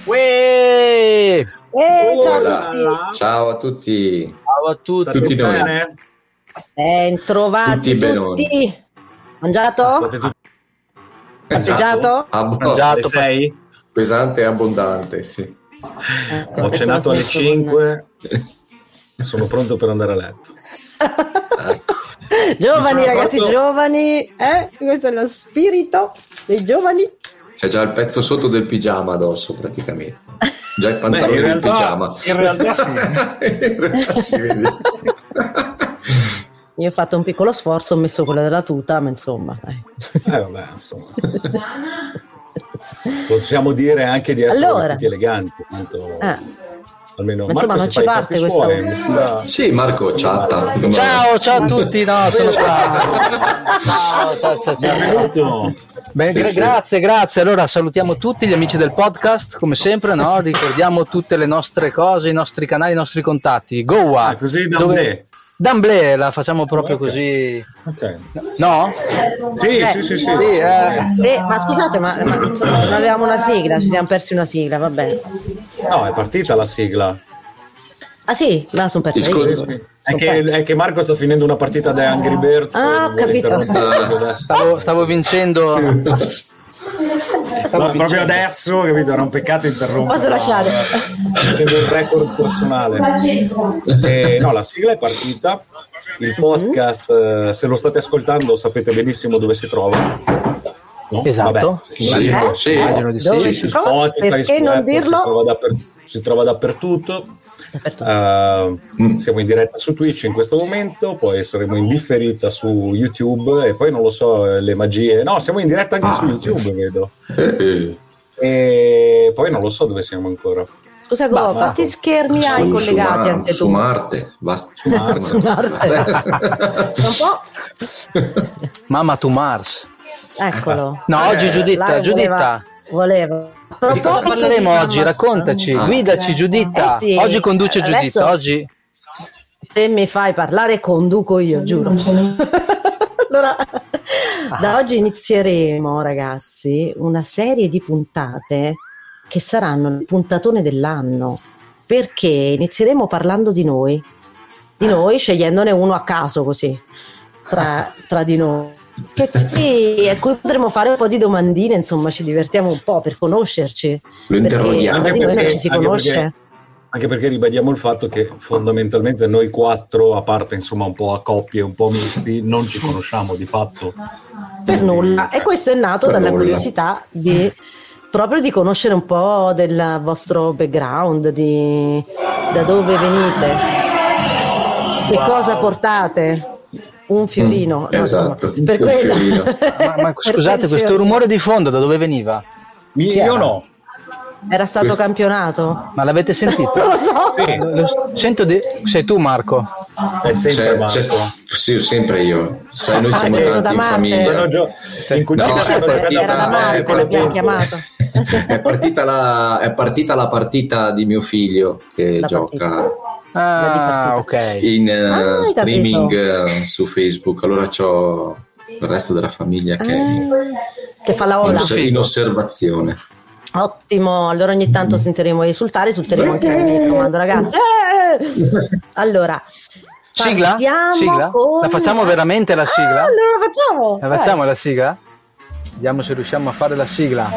Uè! Ciao a tutti. Ciao a tutti. Ciao a tutti. Tutti noi. Trovati tutti. Mangiato? Passeggiato? Mangiato. Sei? Pesante e abbondante, sì. Ho cenato alle 5. Sono pronto per andare a letto. Giovani, ragazzi, giovani. Questo è lo spirito dei giovani. C'è già il pezzo sotto del pigiama addosso, praticamente. Già il pantalone del pigiama. In realtà sì. In realtà sì, vedi. Io ho fatto un piccolo sforzo, ho messo quello della tuta, ma insomma, dai. Vabbè, insomma. Possiamo dire anche di essere vestiti eleganti. Tanto... Almeno ma insomma, Marco non ci parte questa. Sì, Marco, chatta. Ciao a tutti. No, sono ciao. Beh, Sì, grazie. Allora salutiamo tutti gli amici del podcast, come sempre, no? Ricordiamo tutte le nostre cose, i nostri canali, i nostri contatti. Goa. Così D'Amblè la facciamo proprio così. Okay. No? Sì. Ma scusate, ma insomma, non avevamo una sigla, ci siamo persi una sigla, va bene. No, è partita la sigla. Ah sì? Me la sono persa io. Sì. È che Marco sta finendo una partita da Angry Birds. Ho capito. Stavo vincendo. Proprio adesso, capito? Era un peccato interrompere. Posso lasciare? Essendo un record personale. No, la sigla è partita. Il podcast, se lo state ascoltando, sapete benissimo dove si trova. No? Esatto. Immagino di sì. Su Spotify, perché su non Apple, dirlo? si trova dappertutto. Siamo in diretta su Twitch in questo momento, poi saremo in differita su YouTube e poi non lo so, le magie. No, siamo in diretta anche su YouTube, vedo. E poi non lo so dove siamo ancora. Scusa, quanti schermi hai collegati anche tu? Su Marte, basta. Su Marte. Un po'. Mamma to Mars. Eccolo. No, oggi Giuditta. Voleva. Di cosa parleremo oggi? Raccontaci, guidaci Giuditta. Sì. Oggi conduce Giuditta. Adesso, oggi. Se mi fai parlare conduco io, giuro. Allora, da oggi inizieremo, ragazzi, una serie di puntate che saranno il puntatone dell'anno, perché inizieremo parlando di noi, scegliendone uno a caso così, tra di noi. A cui potremo fare un po' di domandine, insomma, ci divertiamo un po' per conoscerci. Lo interroghiamo. Perché noi non ci si conosce. Anche perché ribadiamo il fatto che fondamentalmente noi quattro, a parte insomma un po' a coppie, un po' misti, non ci conosciamo di fatto. Per nulla. E questo è nato dalla curiosità proprio di conoscere un po' del vostro background, da dove venite, che cosa portate. Un fiorino. Esatto, per un fiorino. Ma scusate, questo rumore di fondo da dove veniva? Io no. Era stato campionato? Ma l'avete sentito? Non lo so. Sento sei tu, Marco? È sempre Marco. Sì, sempre io. Sai, noi siamo tanti in famiglia. In cucina era da Marco, l'abbiamo chiamato. È partita la partita di mio figlio che gioca in streaming su Facebook. Allora c'ho il resto della famiglia che fa la ola in osservazione. Ottimo, allora ogni tanto sentiremo esultare, esulteremo anche noi, mi raccomando, ragazzi. Allora, sigla? La facciamo veramente la sigla? Allora la facciamo la sigla? Vediamo se riusciamo a fare la sigla.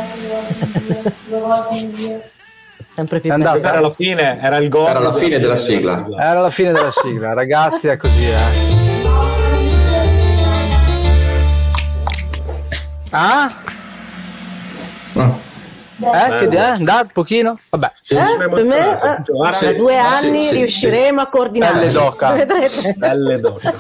Sempre più bello. Era la fine, era il gol. Era la fine della sigla. Era la fine della sigla, ragazzi, è così, Da pochino? Vabbè. Per me da 2 anni riusciremo a coordinare. Belle docce.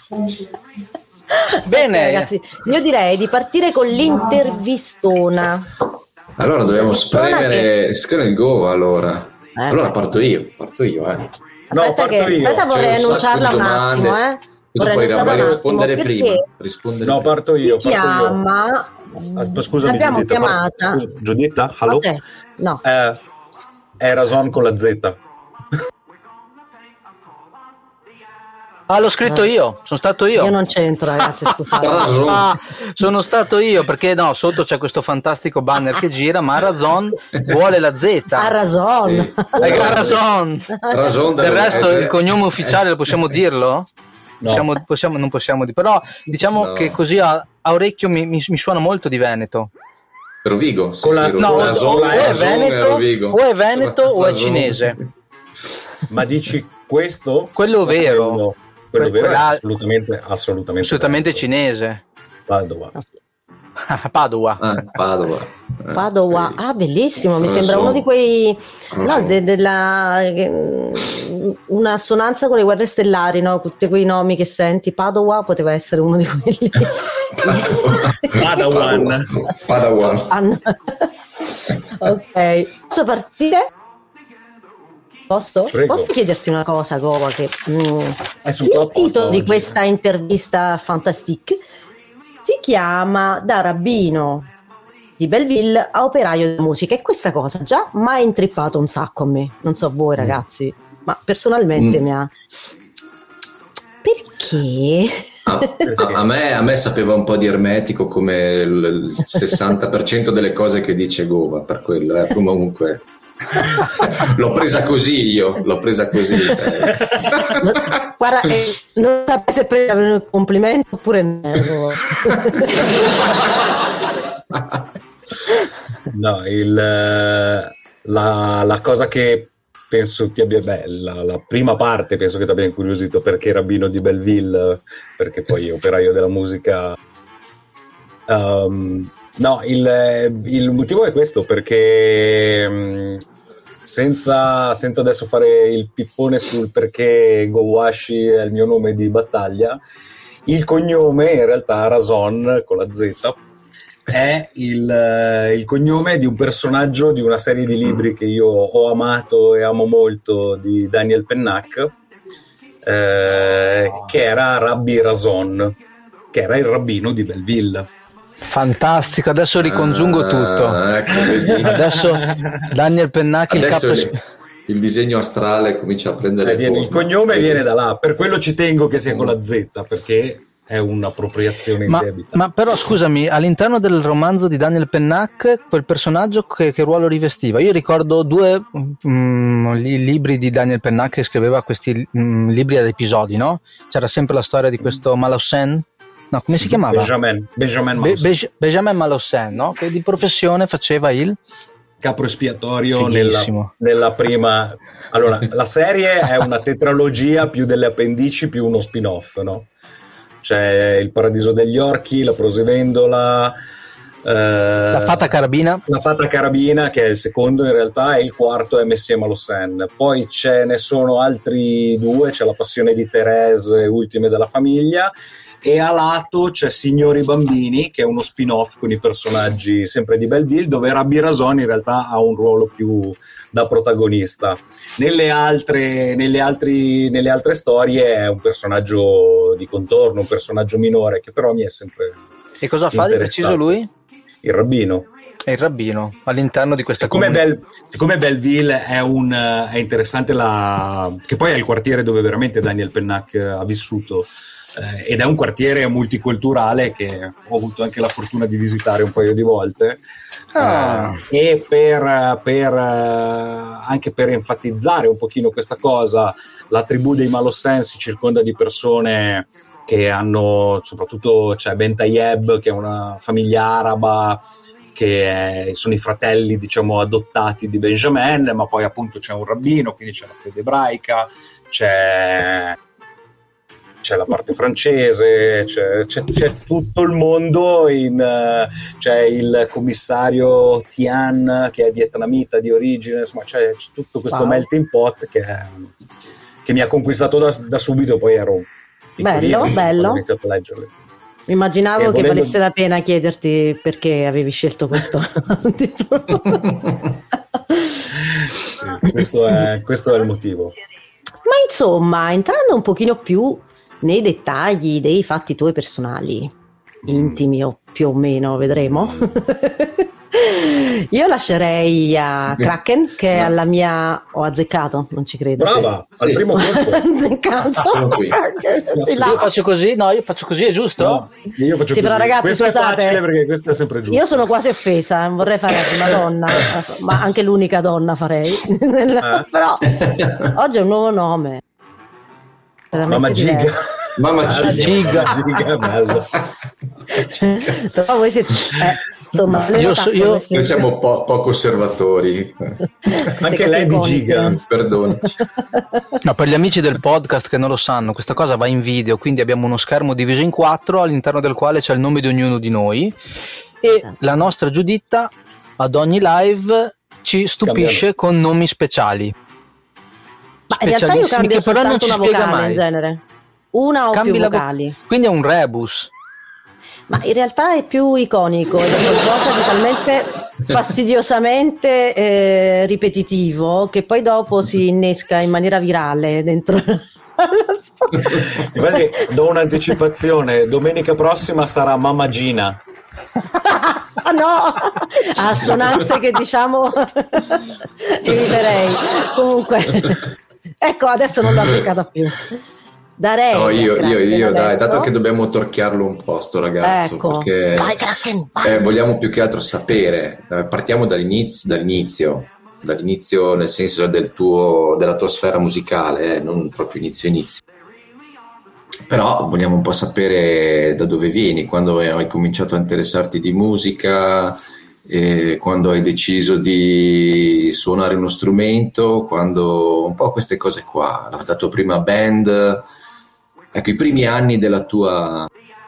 Bene, ragazzi, io direi di partire con l'intervistona. Allora dobbiamo spremere go, allora. Allora parto io. Aspetta, vorrei annunciarla un attimo, Vorrei rispondere prima. No, parto io. Chiama. Scusami, l'abbiamo chiamata. Giuditta? Hello? Okay. No. È Razon con la Z. Ah, l'ho scritto io, sono stato io. Io non c'entro, ragazzi, scusate. Sono stato io, perché no, sotto c'è questo fantastico banner che gira, ma Razon vuole la Z. Ha ragione. Razon. Del resto il cognome ufficiale lo possiamo dirlo? No. Non possiamo dire, però diciamo che così a orecchio mi suona molto di Veneto. Rovigo. O è Veneto o è cinese. Ma dici questo? Quello vero. Quello vero è assolutamente cinese. Padova. Padova. Ah, bellissimo, mi sembra uno di quei una assonanza con le guerre stellari, no? Tutti quei nomi che senti. Padova poteva essere uno di quelli. Padawan. Ok, posso partire? Posso chiederti una cosa, Gova? Che il titolo di questa intervista fantastique si chiama Da rabbino di Belleville a operaio della musica, e questa cosa già mi ha intrippato un sacco a me, non so voi ragazzi, ma personalmente mi ha... Perché? A me sapeva un po' di ermetico, come il 60% delle cose che dice Gova, per quello, comunque... l'ho presa così. Guarda, non sapete se prendere un complimento oppure no. No, la cosa che penso ti abbia, la prima parte penso che ti abbia incuriosito, perché rabbino di Belleville, perché poi operaio della musica. No, il motivo è questo, perché senza adesso fare il pippone sul perché Gouache è il mio nome di battaglia, il cognome in realtà Razon con la Z è il cognome di un personaggio di una serie di libri che io ho amato e amo molto, di Daniel Pennac, che era Rabbi Razon, che era il rabbino di Belleville. Fantastico, adesso ricongiungo tutto. Adesso Daniel Pennac, il disegno astrale comincia a prendere il cognome viene da là, per quello ci tengo che sia con la Z, perché è un'appropriazione indebita. Ma però scusami, all'interno del romanzo di Daniel Pennac quel personaggio che ruolo rivestiva? Io ricordo due libri di Daniel Pennac che scriveva questi libri ad episodi, no? C'era sempre la storia di questo Malhossein. No, come si chiamava? Benjamin Malhossein, no? Che di professione faceva il capo espiatorio nella prima. Allora, la serie è una tetralogia più delle appendici più uno spin-off, no? C'è il Paradiso degli Orchi, la Prosivendola, la Fata Carabina. La Fata Carabina, che è il secondo in realtà, e il quarto è Messie Malhossein. Poi ce ne sono altri due, c'è La Passione di Thérèse, Ultime della famiglia, e a lato c'è Signori Bambini, che è uno spin-off con i personaggi sempre di Belleville, dove Rabbi Razon in realtà ha un ruolo più da protagonista. Nelle altre storie è un personaggio di contorno, un personaggio minore, che però mi è sempre... E cosa fa di preciso lui? Il rabbino. È il rabbino all'interno di questa comunità. Siccome Belleville è interessante, che poi è il quartiere dove veramente Daniel Pennac ha vissuto, ed è un quartiere multiculturale che ho avuto anche la fortuna di visitare un paio di volte, e anche per enfatizzare un pochino questa cosa, la tribù dei Malhossein si circonda di persone che hanno, soprattutto c'è Ben Tayeb, che è una famiglia araba, che sono i fratelli, diciamo, adottati di Benjamin, ma poi appunto c'è un rabbino, quindi c'è la fede ebraica, c'è la parte francese, c'è tutto il mondo, c'è il commissario Tian, che è vietnamita di origine, insomma c'è tutto questo melting pot che mi ha conquistato da subito. Poi ero bello. Ho iniziato a leggerli. Immaginavo che valesse la pena chiederti perché avevi scelto questo titolo. Sì, questo è il motivo. Ma insomma, entrando un pochino più nei dettagli dei fatti tuoi personali, intimi o più o meno, vedremo. Io lascerei a Kraken, che è alla mia... Ho azzeccato, non ci credo. Brava, al primo colpo. Azzeccato. Io faccio così, è giusto? No, io faccio così. Però ragazzi, questo scusate, è facile perché questo è sempre giusto. Io sono quasi offesa, vorrei fare la prima donna, ma anche l'unica donna farei. Però oggi è un nuovo nome. Mamma Giga. Mamma Giga. Giga, bello. Però voi siete... insomma, noi siamo poco osservatori. Anche lei di Giga, perdonaci. No, per gli amici del podcast che non lo sanno, questa cosa va in video, quindi abbiamo uno schermo diviso in 4 all'interno del quale c'è il nome di ognuno di noi e la nostra Giuditta ad ogni live ci stupisce con nomi speciali. Ma in realtà io cambio che però non soltanto ci una spiega vocale mai. in genere. Una o Cambi più la vocali. Quindi è un rebus. Ma in realtà è più iconico, è qualcosa di talmente fastidiosamente ripetitivo che poi dopo si innesca in maniera virale dentro. Guardi, do un'anticipazione, domenica prossima sarà Mamma Gina. No, assonanze che diciamo eviterei. Comunque, ecco, adesso non l'ho azzeccata più. Darei. No, io dai, adesso. dato che dobbiamo torchiarlo un po' sto ragazzo, Ecco. perché Vai, Kraken, vai. vogliamo più che altro sapere, partiamo dall'inizio nel senso della tua sfera musicale, non proprio inizio. Però vogliamo un po' sapere da dove vieni, quando hai cominciato a interessarti di musica, quando hai deciso di suonare uno strumento, quando un po' queste cose qua, la tua prima band, ecco i primi anni della tua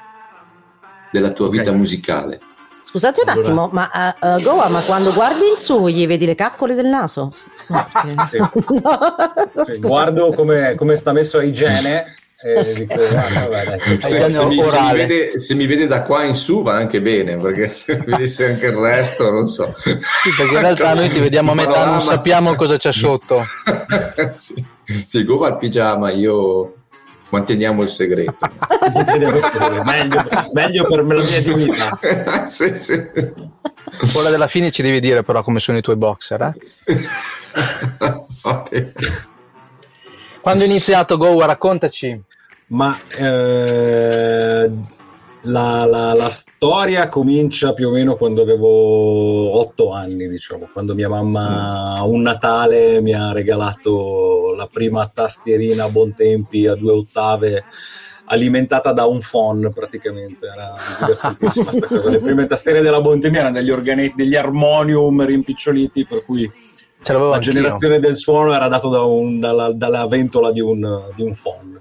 vita musicale. Scusate un attimo, ma Goa, ma quando guardi in su gli vedi le caccole del naso? No, Sì, guardo come sta messo a igiene. Dico, Se mi vede da qua in su va anche bene, perché se mi vedesse anche il resto non so. Sì, perché in realtà noi ti vediamo a metà, non sappiamo cosa c'è sotto. Sì, Gova al pigiama, io manteniamo il segreto. meglio per la mia dignità. Sì. Quella della fine ci devi dire però come sono i tuoi boxer, Okay. Quando è iniziato Goa, raccontaci. Ma la storia comincia più o meno quando avevo 8 anni, diciamo, quando mia mamma un Natale mi ha regalato la prima tastierina a Bontempi a 2 ottave alimentata da un phon, praticamente. Era divertentissima sta cosa. Le prime tastiere della Bontempi erano degli armonium rimpiccioliti, per cui la generazione del suono era dato dalla ventola di un phon.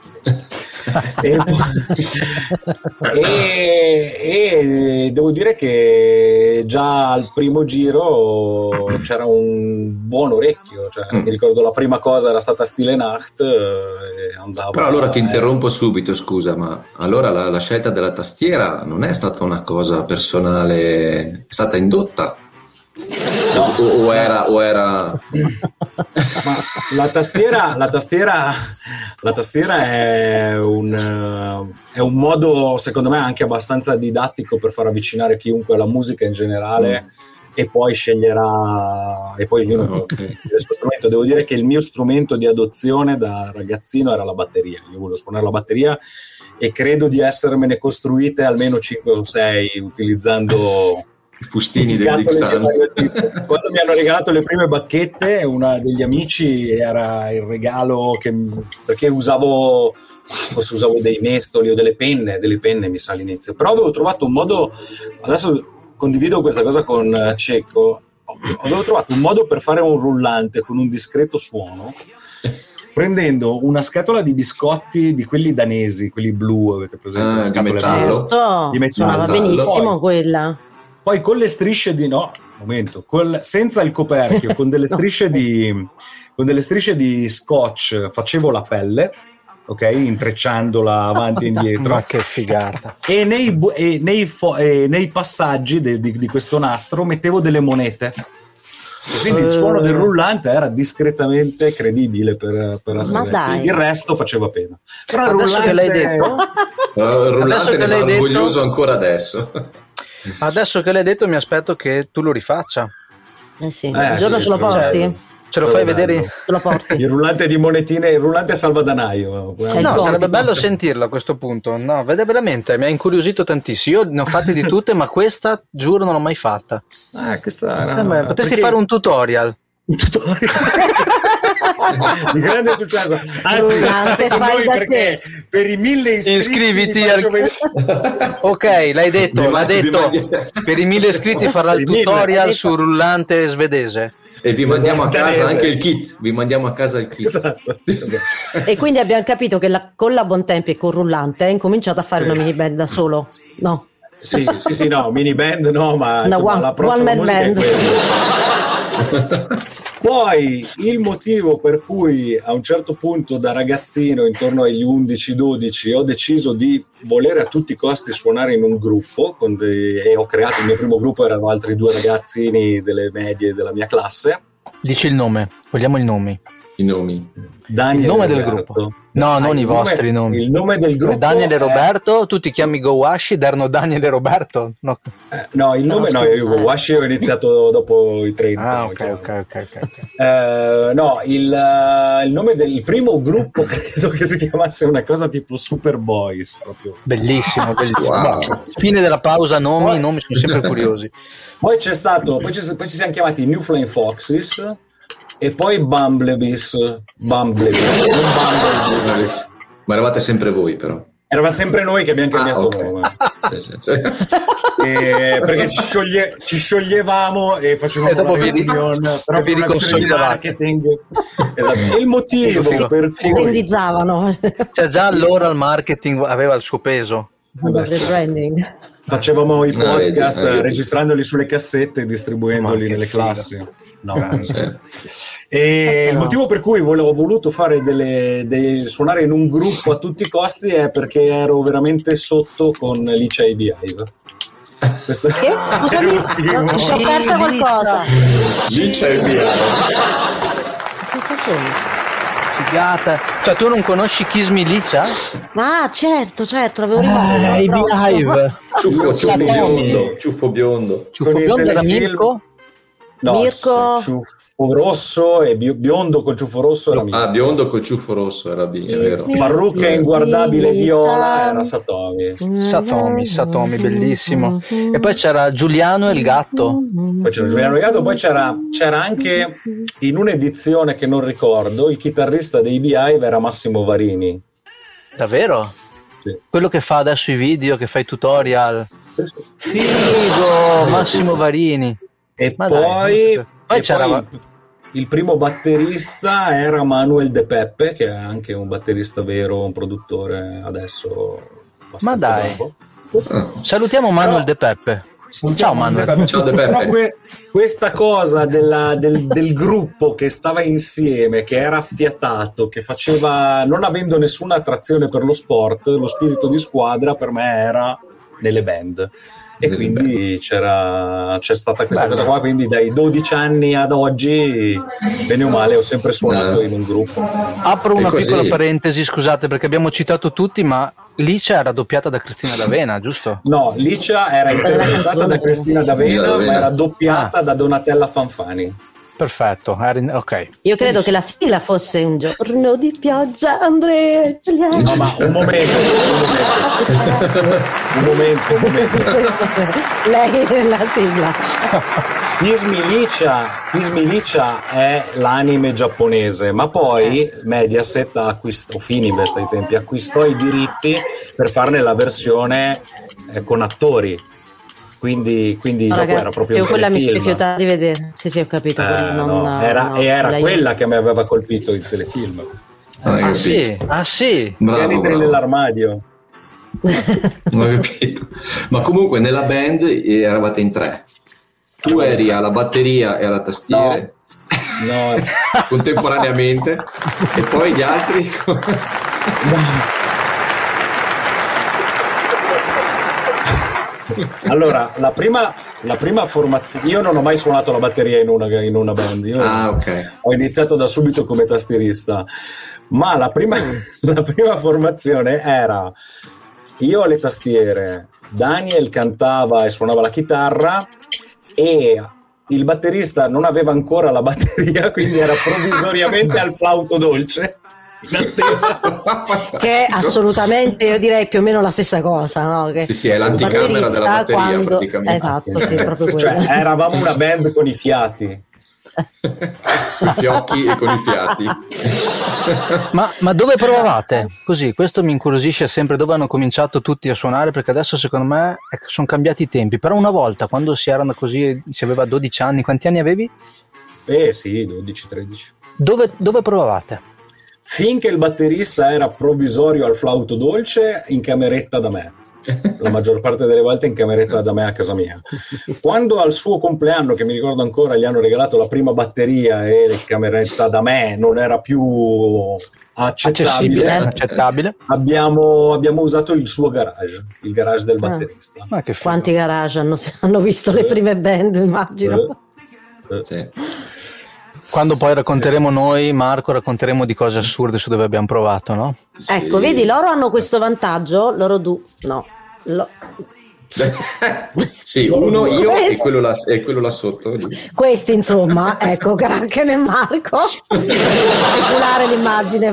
e devo dire che già al primo giro c'era un buon orecchio, cioè, mi ricordo la prima cosa era stata Stille Nacht e andavo. Però allora ti interrompo subito, scusa, ma allora la scelta della tastiera non è stata una cosa personale, è stata indotta? No. O era Ma la tastiera è un modo, secondo me, anche abbastanza didattico per far avvicinare chiunque alla musica in generale, e poi sceglierà, e poi ognuno il suo strumento. Devo dire che il mio strumento di adozione da ragazzino era la batteria. Io volevo suonare la batteria e credo di essermene costruite almeno 5 o 6 utilizzando i fustini del Dixon. Quando mi hanno regalato le prime bacchette, una degli amici, era il regalo perché usavo dei mestoli o delle penne mi sa all'inizio, però avevo trovato un modo, adesso condivido questa cosa con Cecco, avevo trovato un modo per fare un rullante con un discreto suono, prendendo una scatola di biscotti di quelli danesi, quelli blu, avete presente? La scatola di metallo. Va benissimo quella. Poi con le strisce senza il coperchio, con delle strisce di scotch facevo la pelle, ok, intrecciandola avanti e indietro. Ma che figata! E nei passaggi di questo nastro mettevo delle monete. Quindi il suono del rullante era discretamente credibile per essere. Il resto faceva pena. Però adesso che l'hai detto, il rullante ne va orgoglioso ancora adesso. Adesso che l'hai detto mi aspetto che tu lo rifaccia. Sì, il giorno ce lo porti? Ce lo fai vedere? Ce lo porti? Il rullante di monetine, il rullante salvadanaio. No, sarebbe bello sentirlo a questo punto. No, vede veramente, mi ha incuriosito tantissimo. Io ne ho fatte di tutte, ma questa, giuro, non l'ho mai fatta. Questa potresti fare un tutorial. Un tutorial di grande successo. Anzi, Rullante, fai da te. Per i 1000 iscriviti ok, l'hai detto, l'ha detto. Per i 1000 iscritti farà il tutorial sul rullante svedese. E vi mandiamo a casa anche il kit. Vi mandiamo a casa il kit. Esatto. E quindi abbiamo capito che con la Bontempi e con Rullante ha incominciato a fare una mini band da solo. No. Sì, no, mini band no, ma insomma, l'approccio alla musica è quello. Poi il motivo per cui a un certo punto da ragazzino, intorno agli 11-12, ho deciso di volere a tutti i costi suonare in un gruppo e ho creato il mio primo gruppo, erano altri 2 ragazzini delle medie della mia classe. Dici il nome, vogliamo i nomi. I nomi. Daniel il nome del gruppo. No, non i vostri nomi. Il nome del gruppo. Daniele e Roberto, tu ti chiami Gowashi, erano Daniele e Roberto? No, il nome no, io Gowashi ho iniziato dopo i 30. Ah, ok. Il nome del primo gruppo credo che si chiamasse una cosa tipo Super Boys. Proprio. Bellissimo. Wow. Fine della pausa, i nomi sono sempre curiosi. Poi ci siamo chiamati New Flame Foxes. E poi Bumblebees. Ma eravate sempre voi, però. Era sempre noi che abbiamo cambiato nome. Perché ci scioglievamo e facevamo la reunion, però per una questione di marketing. Esatto. E il motivo per cui Rendizzavano. Cioè già allora il marketing aveva il suo peso. Rebranding. Facevamo i podcast registrandoli sulle cassette e distribuendoli nelle classi. E il motivo per cui ho voluto fare suonare in un gruppo a tutti i costi è perché ero veramente sotto con Licia e Beehive. Che? Scusami, mi sono persa qualcosa. Licia e Beehive. Cosa sono? Figata. Cioè tu non conosci Kiss Me Licia? Ah, certo, l'avevo rimasto. I Beehive. Ciuffo biondo. Ciuffo biondo era Mirko? No, Mirko ciuffo rosso e biondo col ciuffo rosso era Mirko. Biondo col ciuffo rosso era vero. Parrucca inguardabile viola era Satomi, bellissimo. E poi c'era Giuliano e il gatto. Poi c'era anche in un'edizione che non ricordo, il chitarrista dei Beehive era Massimo Varini. Davvero? Sì. Quello che fa adesso i video, che fa i tutorial. Figo, Massimo Varini. E poi c'era il primo batterista era Manuel De Peppe, che è anche un batterista vero, un produttore adesso. Ma dai, salutiamo Manuel De Peppe. Ciao Manuel. Ciao De Peppe. Però questa cosa del gruppo che stava insieme, che era affiatato, che faceva, non avendo nessuna attrazione per lo sport, lo spirito di squadra per me era nelle band. E quindi c'è stata questa cosa qua, quindi dai 12 anni ad oggi, bene o male, ho sempre suonato in un gruppo. Apro una piccola parentesi, scusate, perché abbiamo citato tutti, ma Licia era doppiata da Cristina D'Avena, giusto? No, Licia era interpretata da Cristina D'Avena, ma era doppiata da Donatella Fanfani. Perfetto, ok. Io credo che la sigla fosse Un giorno di pioggia, Andrea e Giuliano. No, ma un momento. Lei è la sigla. Kiss Me Licia è l'anime giapponese, ma poi Mediaset acquistò, Fininvest ai tempi, acquistò i diritti per farne la versione con attori. Quindi dopo era proprio io quella mi si rifiutava di vedere. Sì, ho capito. Era quella che mi aveva colpito il telefilm. Sì. Bravo. Nell'armadio. Non ho capito. Ma comunque nella band eravate in 3. Tu eri alla batteria e alla tastiera. No. Contemporaneamente. E poi gli altri. Allora, la prima formazione, io non ho mai suonato la batteria in una band. Ho iniziato da subito come tastierista, ma la prima formazione era io alle tastiere, Daniel cantava e suonava la chitarra e il batterista non aveva ancora la batteria, quindi era provvisoriamente al flauto dolce in attesa. Che è assolutamente, io direi più o meno la stessa cosa, no? Che sì, è l'anticamera della batteria praticamente. Esatto, sì, proprio cioè, quello. eravamo una band con i fiati. I fiocchi e con i fiati. Ma dove provavate? Così, questo mi incuriosisce sempre, dove hanno cominciato tutti a suonare, perché adesso secondo me sono cambiati i tempi, però una volta quando si erano così, si aveva 12 anni, quanti anni avevi? Sì, 12-13. Dove provavate? Finché il batterista era provvisorio al flauto dolce, in cameretta da me. La maggior parte delle volte in cameretta da me a casa mia. Quando al suo compleanno, che mi ricordo ancora, gli hanno regalato la prima batteria e la cameretta da me non era più accettabile. Abbiamo usato il suo garage, il garage del batterista. Quanti garage hanno visto le prime band, immagino. Sì. Quando poi racconteremo noi, Marco, racconteremo di cose assurde su dove abbiamo provato, no? Sì. Ecco, vedi, loro hanno questo vantaggio, sì, uno io e quello là sotto. Questi, insomma, ecco, anche nel Marco. Speculare l'immagine,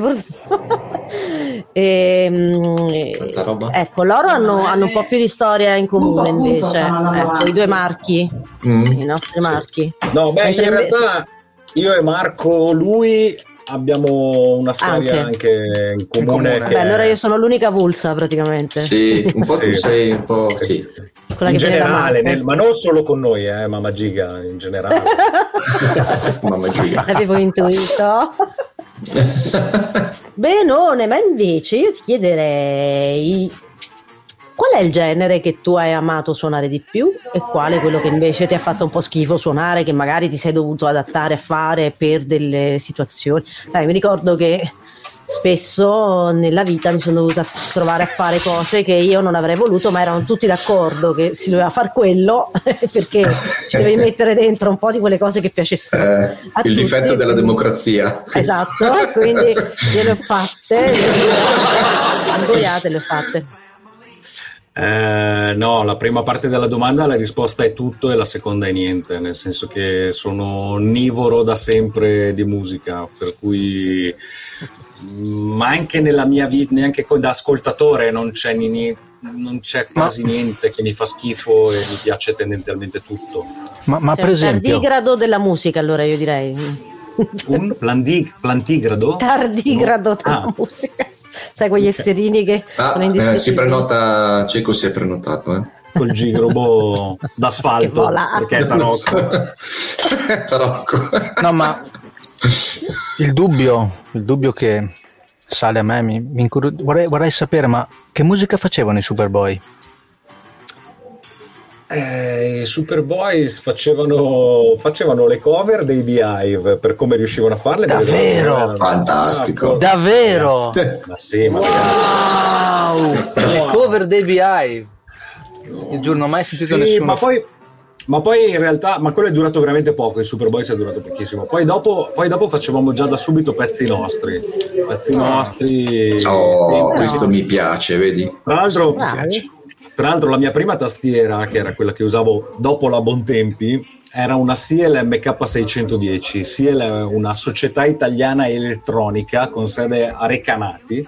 Tanta roba. Ecco, loro hanno un po' più di storia in comune invece, ecco, i due marchi, i nostri marchi. No, beh, in realtà io e Marco, lui, abbiamo una storia anche in comune. Beh, allora io sono l'unica vulsa praticamente. Sì, un po' tu sei un po'. Sì. Quella in che generale, ma non solo con noi, Mamma Giga, in generale. Mamma Giga. L'avevo intuito. Benone, ma invece io ti chiederei qual è il genere che tu hai amato suonare di più e quale quello che invece ti ha fatto un po' schifo suonare, che magari ti sei dovuto adattare a fare per delle situazioni. Sai, mi ricordo che spesso nella vita mi sono dovuta trovare a fare cose che io non avrei voluto, ma erano tutti d'accordo che si doveva fare quello perché ci dovevi mettere dentro un po' di quelle cose che piacessero a il tutti. Difetto della democrazia. Esatto, quindi io le ho fatte, ingoiate le ho fatte. No, la prima parte della domanda la risposta è tutto e la seconda è niente, nel senso che sono onnivoro da sempre di musica, per cui ma anche nella mia vita, neanche da ascoltatore non c'è quasi niente che mi fa schifo e mi piace tendenzialmente tutto. Ma per esempio tardigrado della musica, allora io direi un plantigrado? Tardigrado della musica. Sai, quegli esserini che sono indistinguibili. Si prenota, Cieco si è prenotato col gigrobo d'asfalto perché è tarocco. No, ma il dubbio che sale a me, vorrei sapere, ma che musica facevano i Superboy? I Superboys facevano le cover dei Beehive, per come riuscivano a farle. Davvero? Fantastico. Davvero? Ma sì, wow! Le cover dei Beehive. Io giuro, non ho mai sentito nessuno. Ma poi in realtà, ma quello è durato veramente poco, i Superboys è durato pochissimo. Poi dopo facevamo già da subito pezzi nostri. Questo mi piace, vedi? Tra l'altro la mia prima tastiera, che era quella che usavo dopo la Bontempi, era una Ciel MK610. Ciel è una società italiana elettronica con sede a Recanati.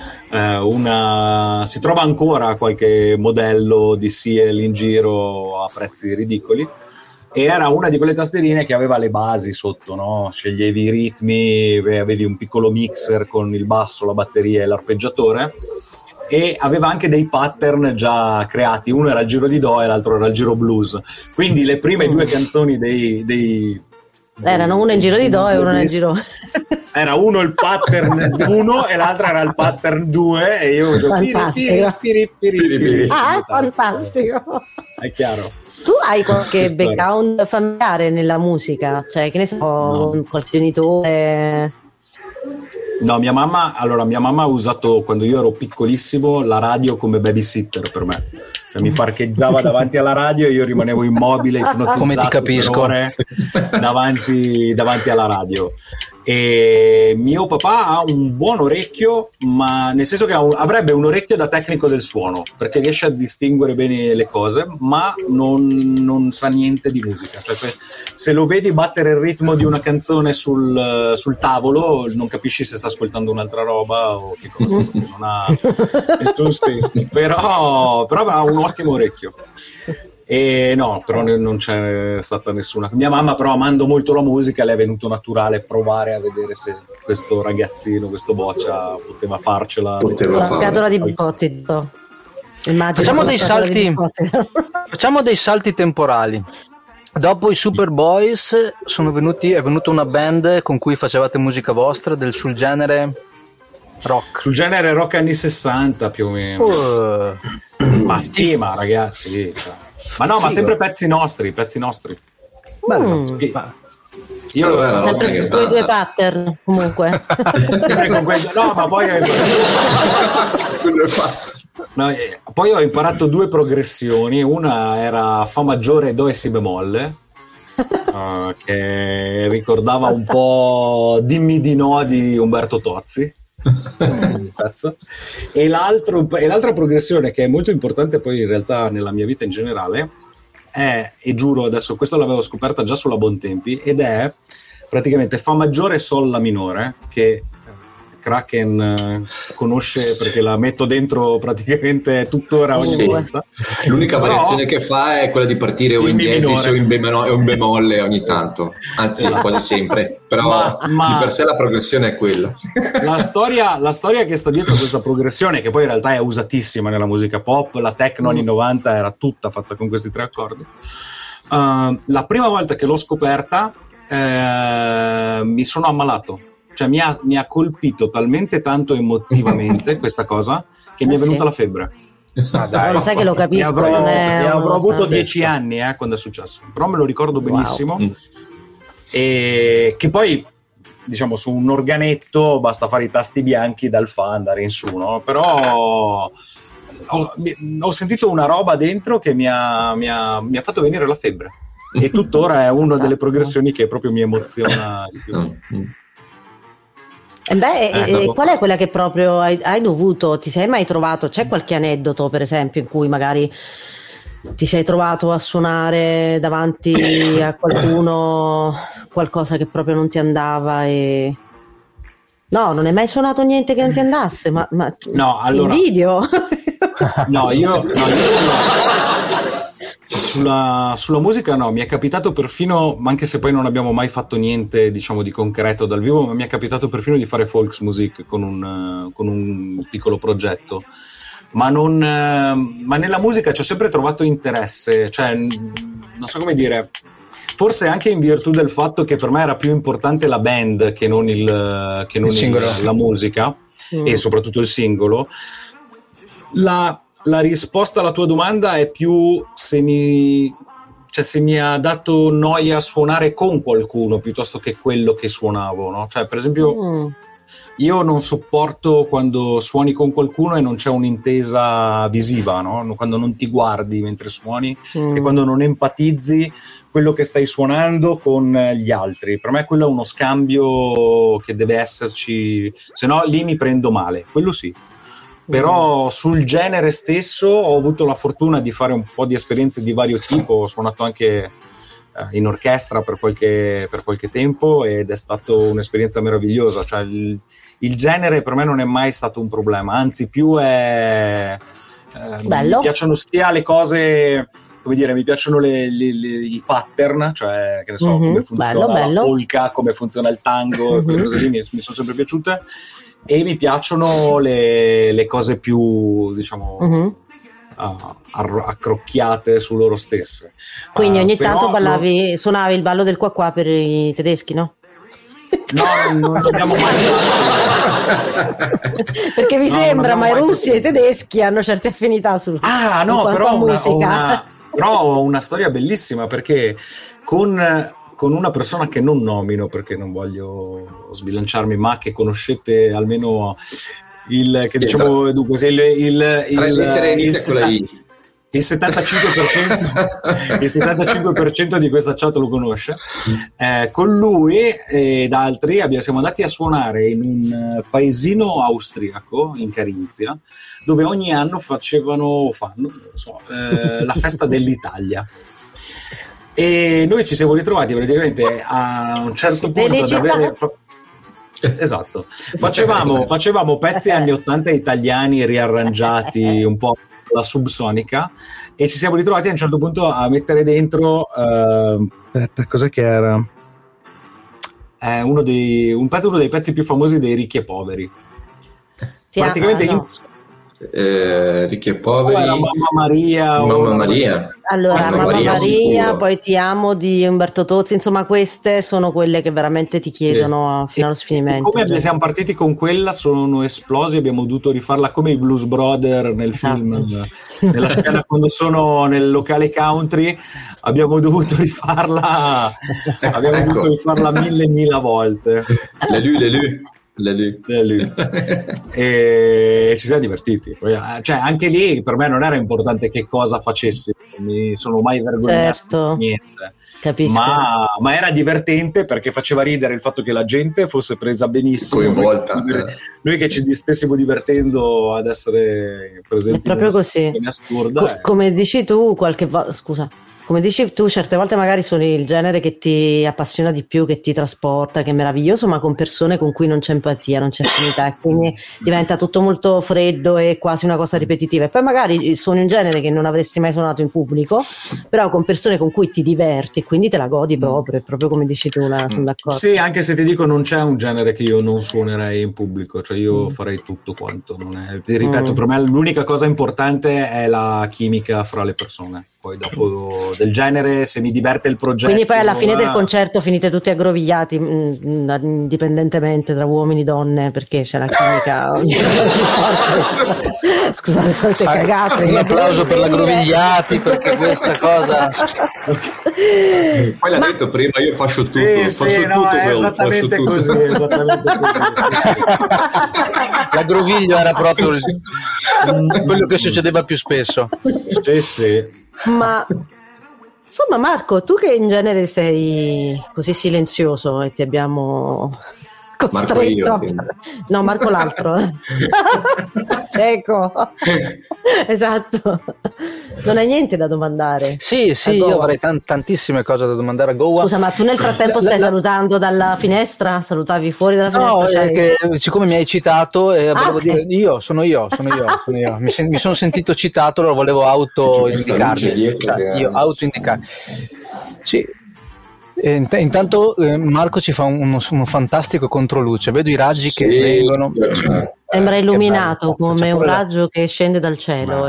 Si trova ancora qualche modello di Ciel in giro a prezzi ridicoli. E era una di quelle tastierine che aveva le basi sotto, no? Sceglievi i ritmi, avevi un piccolo mixer con il basso, la batteria e l'arpeggiatore. E aveva anche dei pattern già creati, uno era il giro di do e l'altro era il giro blues, quindi le prime due canzoni erano una in giro di do e una nel giro era uno il pattern 1 e l'altra era il pattern 2 e io fantastico. Fantastico, è chiaro. Tu hai qualche background familiare nella musica, cioè che ne so, qualche genitore? No, mia mamma ha usato, quando io ero piccolissimo, la radio come babysitter per me. Cioè, mi parcheggiava davanti alla radio e io rimanevo immobile, ipnotizzato. Come ti capisco. Per ore davanti alla radio. E mio papà ha un buon orecchio, ma nel senso che avrebbe un orecchio da tecnico del suono, perché riesce a distinguere bene le cose, ma non sa niente di musica. Cioè, se lo vedi battere il ritmo di una canzone sul tavolo, non capisci se sta ascoltando un'altra roba o che cosa, non ha nessuno stesso. Però ha un ottimo orecchio. E no, però non c'è stata nessuna. Mia mamma, però, amando molto la musica, le è venuto naturale provare a vedere se questo ragazzino, questo boccia, poteva farcela. La scatola di biscotti. Facciamo dei salti temporali. Dopo i Superboys è venuta una band con cui facevate musica vostra sul genere rock. Sul genere rock anni 60 più o meno. Ma stima, ragazzi. Cioè. Ma no, ma sempre pezzi nostri. Bello. Sì. Io sempre con i due pattern, comunque. Sempre con no, ma poi poi ho imparato 2 progressioni. Una era Fa maggiore, Do e Si bemolle, che ricordava un po' Dimmi di no di Umberto Tozzi. E l'altra progressione, che è molto importante poi in realtà nella mia vita in generale, è, e giuro adesso questa l'avevo scoperta già sulla Bontempi, ed è praticamente Fa maggiore, Sol la minore, che Kraken conosce perché la metto dentro praticamente tuttora ogni volta. L'unica variazione che fa è quella di partire o in diesis o in bemolle ogni tanto, anzi quasi sempre, però di per sé la progressione è quella. La storia che sta dietro questa progressione, che poi in realtà è usatissima nella musica pop, la techno anni 90 era tutta fatta con questi 3 accordi. La prima volta che l'ho scoperta mi sono ammalato. Cioè mi ha colpito talmente tanto emotivamente questa cosa che mi è venuta la febbre. Dai, lo sai che lo capisco. Avrò avuto 10 anni quando è successo, però me lo ricordo benissimo. E che poi, diciamo, su un organetto basta fare i tasti bianchi dal fa andare in su, no? Però ho sentito una roba dentro che mi ha fatto venire la febbre, e tuttora è una delle progressioni che proprio mi emoziona di più. Qual è quella che proprio hai dovuto, ti sei mai trovato, c'è qualche aneddoto per esempio in cui magari ti sei trovato a suonare davanti a qualcuno qualcosa che proprio non ti andava e... No, non hai mai suonato niente che non ti andasse, ma no, allora... invidio. No, io sulla musica no, mi è capitato perfino, anche se poi non abbiamo mai fatto niente, diciamo, di concreto dal vivo, ma mi è capitato perfino di fare Volksmusik con un piccolo progetto, ma nella musica ci ho sempre trovato interesse, cioè non so come dire, forse anche in virtù del fatto che per me era più importante la band che non la musica, e soprattutto il singolo. La risposta alla tua domanda è più se mi ha dato noia suonare con qualcuno piuttosto che quello che suonavo, no? Cioè, per esempio, io non sopporto quando suoni con qualcuno e non c'è un'intesa visiva, no? Quando non ti guardi mentre suoni e quando non empatizzi quello che stai suonando con gli altri. Per me quello è uno scambio che deve esserci, se no lì mi prendo male, quello sì. Però sul genere stesso ho avuto la fortuna di fare un po' di esperienze di vario tipo, ho suonato anche in orchestra per qualche tempo ed è stata un'esperienza meravigliosa, cioè il genere per me non è mai stato un problema, anzi più mi piacciono sia le cose, come dire, mi piacciono i pattern, cioè che ne so, come funziona la polka, come funziona il tango, quelle cose lì mi sono sempre piaciute. E mi piacciono le cose più, diciamo, accrocchiate su loro stesse. Quindi ogni tanto suonavi il ballo del qua per i tedeschi, no? No, non abbiamo mai fatto. Perché mi sembra, ma i russi e i tedeschi hanno certe affinità sul però ho una storia bellissima, perché con una persona che non nomino perché non voglio sbilanciarmi, ma che conoscete almeno, che diciamo, dunque, tre lettere inizia con la I. Il 75%, il 75% di questa chat lo conosce. Con lui ed altri siamo andati a suonare in un paesino austriaco, in Carinzia, dove ogni anno fanno la festa dell'Italia. E noi ci siamo ritrovati praticamente a un certo punto ad avere... Esatto, facevamo pezzi anni 80 italiani riarrangiati un po' la subsonica, e ci siamo ritrovati a un certo punto a mettere dentro aspetta, cos'è che era? Uno dei pezzi più famosi dei Ricchi e Poveri. Praticamente Ricchi e Poveri, Mamma Maria. Allora, Mamma Maria, poi Ti amo di Umberto Tozzi, insomma queste sono quelle che veramente ti chiedono fino allo sfinimento. Come siamo partiti con quella, sono esplosi, abbiamo dovuto rifarla come i Blues Brothers nel film, nella scena quando sono nel locale country, abbiamo dovuto rifarla mille volte. E ci siamo divertiti. Cioè, anche lì per me non era importante che cosa facessi, mi sono mai vergognato di niente. Capisco. Ma era divertente perché faceva ridere il fatto che la gente fosse presa benissimo, coinvolta. Noi che ci stessimo divertendo ad essere presenti. È proprio così. Assurda, come dici tu come dici tu, certe volte magari suoni il genere che ti appassiona di più, che ti trasporta, che è meraviglioso, ma con persone con cui non c'è empatia, non c'è affinità, e quindi diventa tutto molto freddo e quasi una cosa ripetitiva. E poi magari suoni un genere che non avresti mai suonato in pubblico, però con persone con cui ti diverti e quindi te la godi proprio, come dici tu, sono d'accordo. Sì, anche se ti dico, non c'è un genere che io non suonerei in pubblico, cioè io farei tutto quanto. Ti ripeto, per me l'unica cosa importante è la chimica fra le persone. Poi dopo del genere, se mi diverte il progetto, quindi poi alla fine del concerto finite tutti aggrovigliati, indipendentemente tra uomini e donne, perché c'è la chimica. Scusate, sono cagate. Un applauso per l'aggrovigliati, perché questa cosa poi l'ha detto prima, io faccio tutto, è esattamente così. L'aggroviglio era proprio quello che succedeva più spesso. Sì. Ma insomma, Marco, tu che in genere sei così silenzioso e ti abbiamo costretto no, Marco l'altro cieco. Esatto, non hai niente da domandare? Sì, io avrei tantissime cose da domandare a Goa. Scusa, ma tu nel frattempo stai salutando dalla finestra? Salutavi fuori dalla finestra? No, che siccome mi hai citato, volevo dire sono io. Mi sono sentito citato, lo volevo autoindicarmi. Io autoindicarmi. Sì. Intanto Marco ci fa uno fantastico controluce, vedo i raggi che vengono, sembra illuminato come un raggio che scende dal cielo.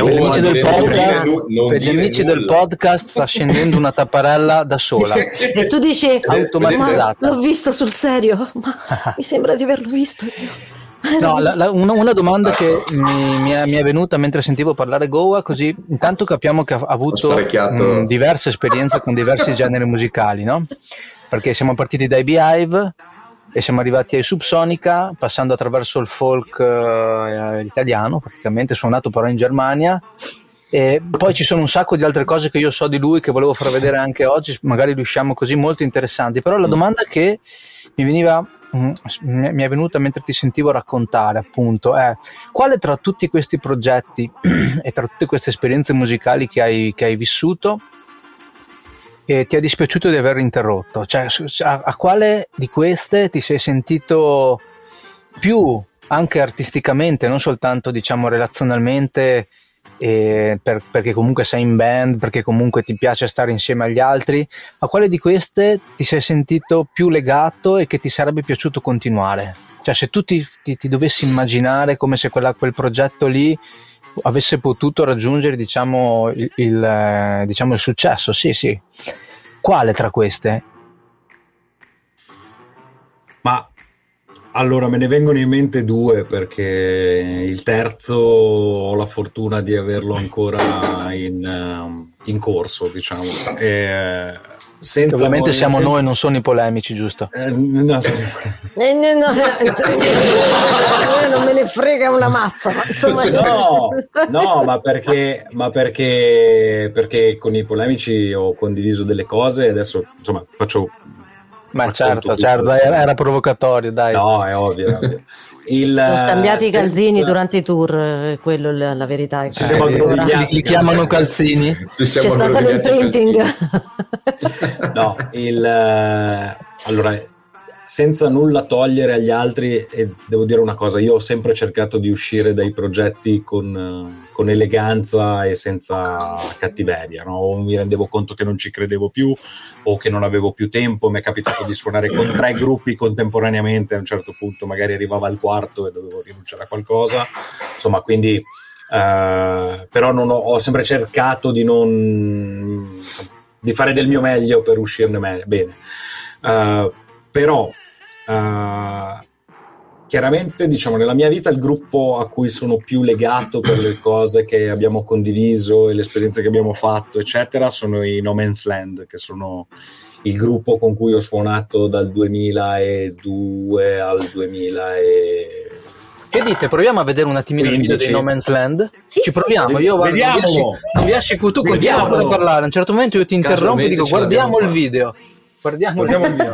Per gli amici del podcast sta scendendo una tapparella da sola e tu dici automatizzata. L'ho visto sul serio, ma mi sembra di averlo visto io. No, una domanda che mi è venuta mentre sentivo parlare Goa, così intanto capiamo che ha avuto diverse esperienze con diversi generi musicali, no? Perché siamo partiti dai Beehive e siamo arrivati ai Subsonica, passando attraverso il folk italiano, praticamente suonato però in Germania, e poi ci sono un sacco di altre cose che io so di lui che volevo far vedere anche oggi, magari riusciamo così, molto interessanti. Però la domanda che mi è venuta mentre ti sentivo raccontare, appunto, è: quale tra tutti questi progetti e tra tutte queste esperienze musicali che hai vissuto ti è dispiaciuto di aver interrotto? Cioè, a quale di queste ti sei sentito più, anche artisticamente, non soltanto diciamo relazionalmente, perché comunque sei in band, perché comunque ti piace stare insieme agli altri, a quale di queste ti sei sentito più legato e che ti sarebbe piaciuto continuare? Cioè, se tu ti dovessi immaginare come se quel progetto lì avesse potuto raggiungere diciamo il successo, sì, quale tra queste? Ma allora me ne vengono in mente due, perché il terzo ho la fortuna di averlo ancora in corso, diciamo. Ovviamente siamo noi, non sono i polemici, giusto? No, non me ne frega una mazza, ma insomma... no, ma perché con i polemici ho condiviso delle cose e adesso insomma faccio... Ma certo, era provocatorio, dai. No, è ovvio. Sono scambiati i calzini durante i tour, quello la verità. Li chiamano calzini. C'è stato l'imprinting. No, allora, senza nulla togliere agli altri, e devo dire una cosa, io ho sempre cercato di uscire dai progetti con eleganza e senza cattiveria, no? O mi rendevo conto che non ci credevo più o che non avevo più tempo, mi è capitato di suonare con 3 gruppi contemporaneamente, a un certo punto magari arrivava al quarto e dovevo rinunciare a qualcosa, insomma, quindi però ho sempre cercato di fare del mio meglio per uscirne bene. Però chiaramente, diciamo, nella mia vita il gruppo a cui sono più legato per le cose che abbiamo condiviso e le esperienze che abbiamo fatto, eccetera, sono i No Man's Land, che sono il gruppo con cui ho suonato dal 2002 al 2000 Che dite? Proviamo a vedere un attimino il video di No Man's Land? Sì, ci proviamo. Io non vi assicuro, tu continuiamo a parlare. A un certo momento io ti interrompo e dico guardiamo il video. Guardiamo il video.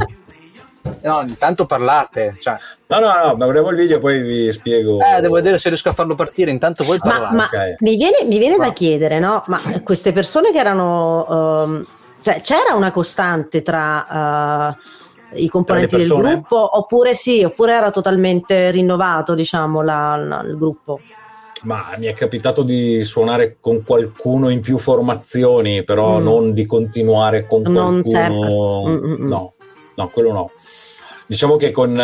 No, intanto parlate. Cioè. No, guardiamo il video, poi vi spiego. Devo vedere se riesco a farlo partire. Intanto voi parlate. Ma okay. mi viene da chiedere, no? Ma queste persone che erano, cioè, c'era una costante tra i componenti del gruppo, oppure era totalmente rinnovato, diciamo, il gruppo? Ma mi è capitato di suonare con qualcuno in più formazioni, però non di continuare con qualcuno. No, quello no. Diciamo che con i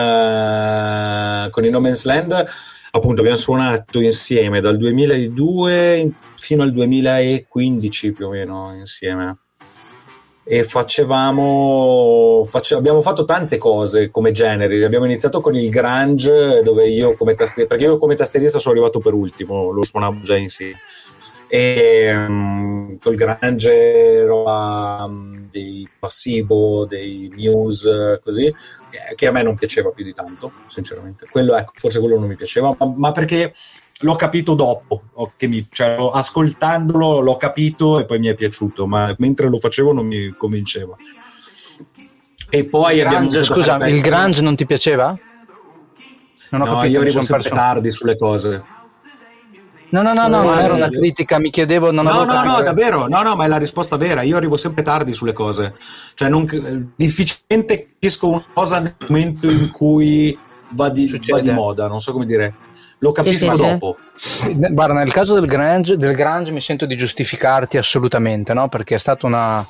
No Man's Land, appunto, abbiamo suonato insieme dal 2002 fino al 2015 più o meno insieme. E abbiamo fatto tante cose come generi. Abbiamo iniziato con il grunge, dove io come tastierista sono arrivato per ultimo, lo suonavo già insieme. E col grunge dei Placebo, dei Muse, così, che a me non piaceva più di tanto, sinceramente. Forse quello non mi piaceva, ma perché l'ho capito dopo, ascoltandolo l'ho capito e poi mi è piaciuto, ma mentre lo facevo non mi convinceva. E poi il grunge non ti piaceva? Non ho capito, io arrivo sempre tardi sulle cose. No, non era una critica, mi chiedevo... No, davvero, ma è la risposta vera, io arrivo sempre tardi sulle cose, cioè difficilmente capisco una cosa nel momento in cui va di moda, non so come dire, lo capisco dopo. Guarda, nel caso del grunge mi sento di giustificarti assolutamente, no? Perché è stato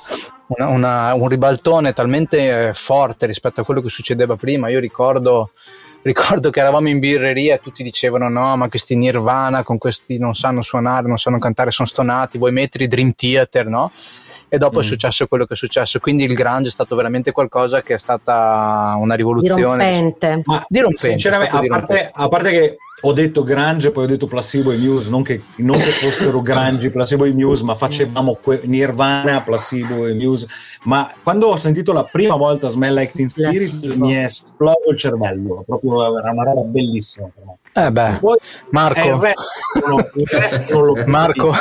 un ribaltone talmente forte rispetto a quello che succedeva prima. Io ricordo che eravamo in birreria e tutti dicevano no, ma questi Nirvana con questi non sanno suonare, non sanno cantare, sono stonati, vuoi mettere i Dream Theater, no? E dopo è successo quello che è successo, quindi il grunge è stato veramente qualcosa che è stata una rivoluzione dirompente. Sinceramente, a parte che ho detto grunge, poi ho detto Placebo e Muse, non che fossero grunge Placebo e Muse, ma facevamo Nirvana, Placebo e Muse, ma quando ho sentito la prima volta Smell Like Teen Spirit mi è esploso il cervello, proprio era una roba bellissima per me. Poi, Marco, il resto non lo Marco.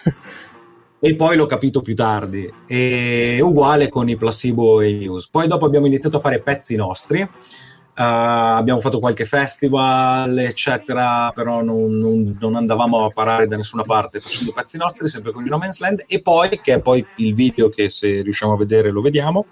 E poi l'ho capito più tardi, e uguale con i Placebo e i Muse. Poi dopo abbiamo iniziato a fare pezzi nostri, abbiamo fatto qualche festival eccetera, però non andavamo a parare da nessuna parte facendo pezzi nostri, sempre con i No Man's Land. E poi, che è poi il video che se riusciamo a vedere lo vediamo,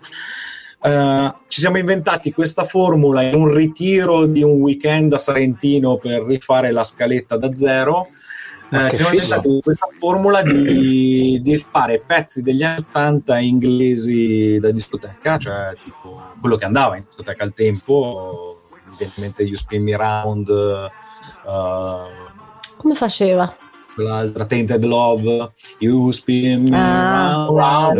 ci siamo inventati questa formula in un ritiro di un weekend a Sarentino per rifare la scaletta da zero. Ci siamo inventati questa formula di fare pezzi degli anni 80 inglesi da discoteca, cioè tipo quello che andava in discoteca al tempo, evidentemente You Spin Me Round, come faceva? L'altra Tainted Love, You Spin Me Round,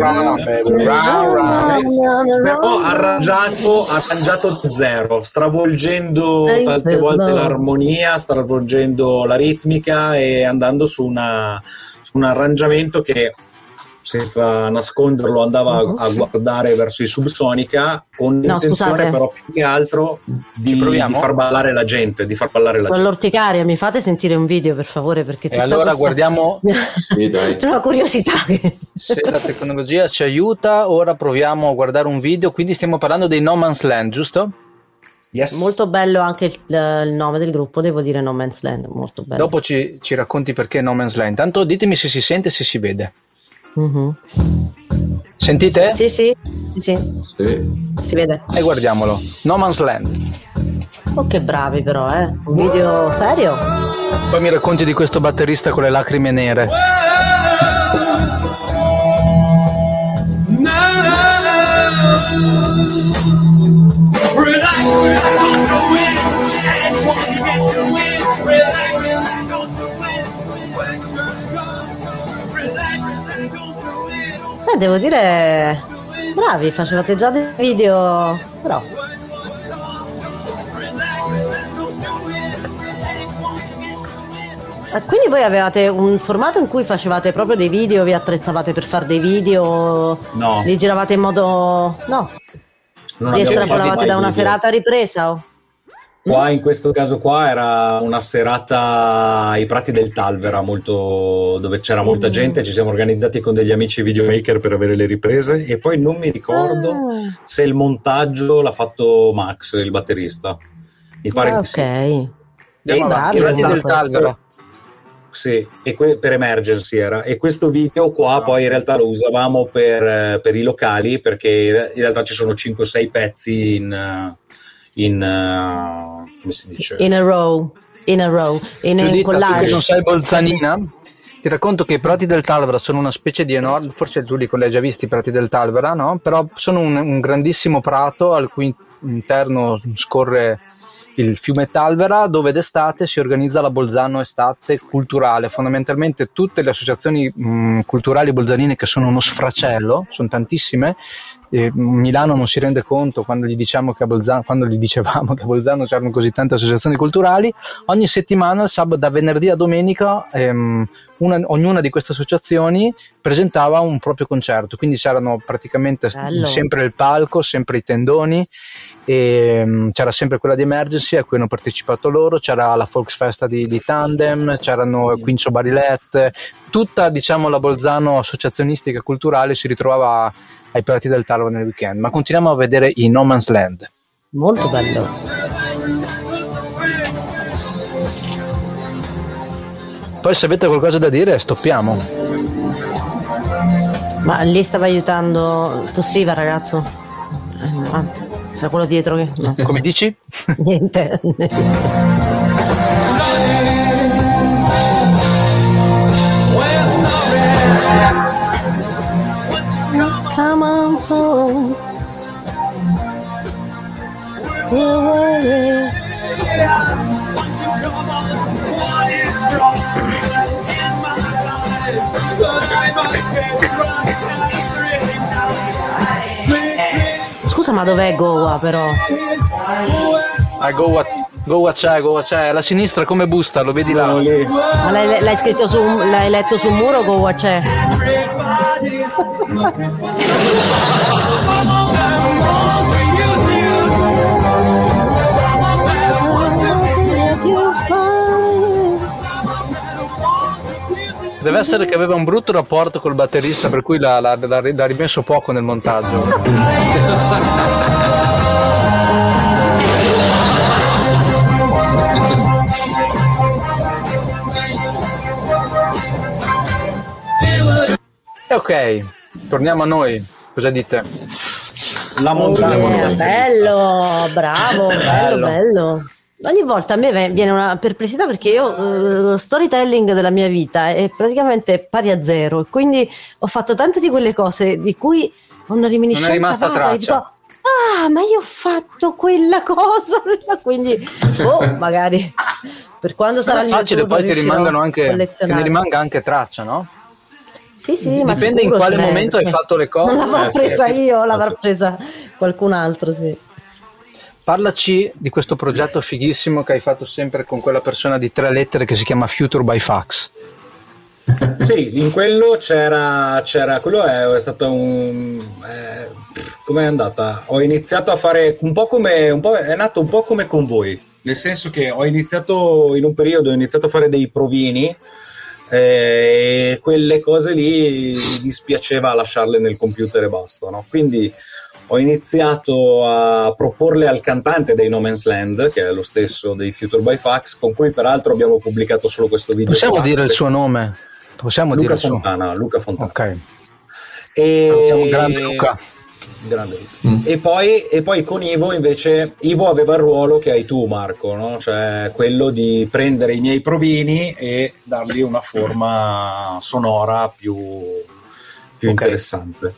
però arrangiato da zero, stravolgendo tante volte l'armonia, stravolgendo la ritmica e andando su un arrangiamento che senza nasconderlo, andava a guardare verso i Subsonica con l'intenzione però più che altro di far ballare la gente, con l'orticaria. Mi fate sentire un video per favore, perché e allora guardiamo sì, dai. C'è una curiosità se la tecnologia ci aiuta. Ora proviamo a guardare un video, quindi stiamo parlando dei No Man's Land, giusto? Yes. Molto bello anche il nome del gruppo, devo dire, No Man's Land, molto bello. Dopo ci racconti perché No Man's Land. Intanto ditemi se si sente e se si vede. Sentite? Sì. Si vede. E guardiamolo. No Man's Land. Oh, che bravi però, un video serio. Poi mi racconti di questo batterista con le lacrime nere. Devo dire, bravi, facevate già dei video, però. Quindi voi avevate un formato in cui facevate proprio dei video, vi attrezzavate per fare dei video? No. Li giravate in modo... No. Li estrapolavate da una serata ripresa? O? Qua in questo caso qua era una serata ai Prati del Talvera, dove c'era molta gente, ci siamo organizzati con degli amici videomaker per avere le riprese, e poi non mi ricordo se il montaggio l'ha fatto Max, il batterista. Mi pare che sì. Andiamo avanti. I Prati del Talvera. Sì, e per Emergency era. E questo video qua poi in realtà lo usavamo per i locali, perché in realtà ci sono 5-6 pezzi come si dice? In a row. Giuditta, che non sei bolzanina, ti racconto che i Prati del Talvera sono una specie di enorme, forse tu li hai già visti i Prati del Talvera, no? Però sono un grandissimo prato al cui interno scorre il fiume Talvera, dove d'estate si organizza la Bolzano Estate Culturale. Fondamentalmente tutte le associazioni culturali bolzanine, che sono uno sfracello, sono tantissime. Milano non si rende conto quando gli dicevamo che a Bolzano c'erano così tante associazioni culturali. Ogni settimana, il sabato, da venerdì a domenica, ognuna di queste associazioni presentava un proprio concerto, quindi c'erano praticamente sempre il palco, sempre i tendoni, e c'era sempre quella di Emergency a cui hanno partecipato loro, c'era la Volksfesta di Tandem, c'erano Quincio Barilette, tutta, diciamo, la Bolzano associazionistica culturale si ritrovava ai Prati del Talvera nel weekend. Ma continuiamo a vedere i No Man's Land. Molto bello. Poi se avete qualcosa da dire stoppiamo. Ma lì stava aiutando, tossiva, ragazzo. Avanti. C'era quello dietro che... No. Come dici? Niente. Come on home. Don't worry. Scusa, ma dov'è Goa però? Goa c'è, alla sinistra come busta, lo vedi là? Ma l'hai scritto l'hai letto sul muro, Goa c'è? Deve essere che aveva un brutto rapporto col batterista, per cui l'ha rimesso poco nel montaggio. Ok, torniamo a noi. Cosa dite? La montagna. Bello, bravo, bello. Ogni volta a me viene una perplessità, perché io lo storytelling della mia vita è praticamente pari a zero, quindi ho fatto tante di quelle cose di cui ho una reminiscenza. Non è rimasta traccia. Dico, ma io ho fatto quella cosa, quindi magari per quando sarà il facile poi che ne rimanga anche traccia, no? Sì, ma dipende in quale momento hai fatto le cose. Non l'avrò presa io, l'avrà presa qualcun altro, sì. Parlaci di questo progetto fighissimo che hai fatto sempre con quella persona di 3 lettere che si chiama Future by Fax. Sì, in quello c'era quello è stato com'è andata? Ho iniziato a fare è nato un po' come con voi, nel senso che ho iniziato in un periodo, ho iniziato a fare dei provini, e quelle cose lì mi dispiaceva lasciarle nel computer e basta, no? Quindi ho iniziato a proporle al cantante dei No Man's Land, che è lo stesso dei Future by Fax, con cui peraltro abbiamo pubblicato solo questo video. Possiamo dire il suo nome? Luca Fontana. Ok. Grande Luca. E poi con Ivo invece, Ivo aveva il ruolo che hai tu, Marco, no? Cioè quello di prendere i miei provini e dargli una forma sonora più interessante.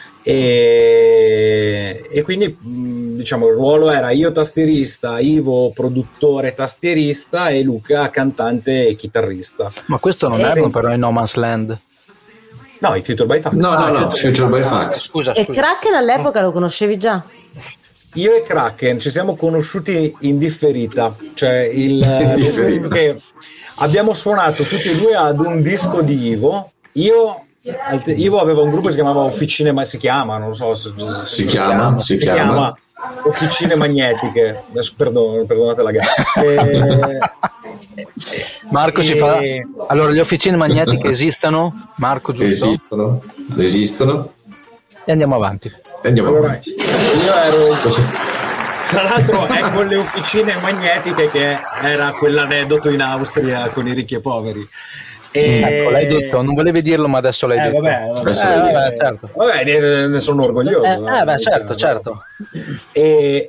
E quindi diciamo il ruolo era io tastierista, Ivo produttore tastierista e Luca cantante e chitarrista. Ma questo non erano però i No Man's Land? No, i Future by Fax. No, Future by Fax. Scusa. E Kraken all'epoca lo conoscevi già? Io e Kraken ci siamo conosciuti in differita, cioè nel senso che abbiamo suonato tutti e due ad un disco di Ivo. Ivo aveva un gruppo che si chiamava Officine, ma si chiama, non lo so se si chiama Officine Magnetiche. Adesso perdonate la gara. Marco ci fa. Allora, le officine magnetiche esistono? Marco, giusto? Esistono. E andiamo avanti. Io ero. Tra l'altro è con le officine magnetiche che era quell'aneddoto in Austria con i ricchi e poveri. Ecco, l'hai detto, non volevi dirlo, ma adesso l'hai detto. Vabbè, certo. Vabbè, ne sono orgoglioso. Certo. E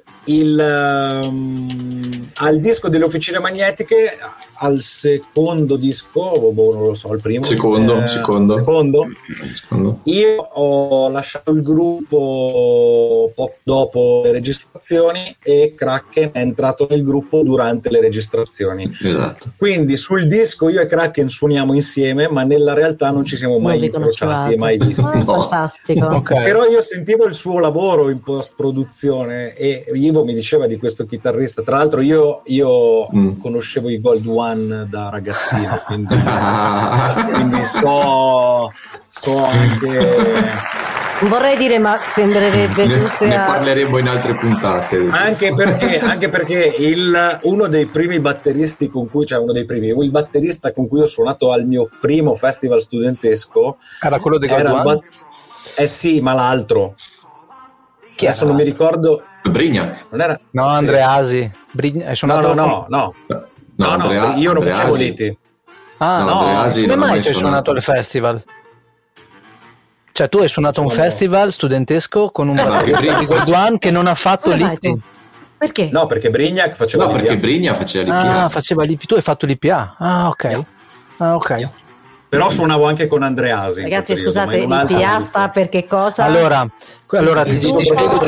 al disco delle officine magnetiche, al secondo disco, non lo so, al primo. Secondo. Io ho lasciato il gruppo poco dopo le registrazioni e Kraken è entrato nel gruppo durante le registrazioni. Esatto. Quindi sul disco io e Kraken suoniamo insieme, ma nella realtà non ci siamo mai incrociati e mai visti. Fantastico. Okay. Però io sentivo il suo lavoro in post-produzione e Ivo mi diceva di questo chitarrista. Tra l'altro io conoscevo i Gold One da ragazzino, quindi so anche. Vorrei dire, ma sembrerebbe tu ne parleremo in altre puntate. Anche perché uno dei primi batteristi con cui, cioè uno dei primi, il batterista con cui ho suonato al mio primo festival studentesco era quello di Gold One? Sì, ma l'altro. Chi adesso era? Non mi ricordo. Brignac. Non era? No, Andreasi. No. Io non facevo liti. Come mai ci hai suonato al festival? Cioè tu hai suonato un festival studentesco con un batterista di Gold One che non ha fatto liti? Perché? No, perché Brignac faceva l'IPA. Perché Brignac faceva l'IPA. Faceva l'IPA. Tu hai fatto l'IPA? Ok. Però suonavo anche con Andreasi. Ragazzi, scusate, l'IPA sta per che cosa? Allora ti spiego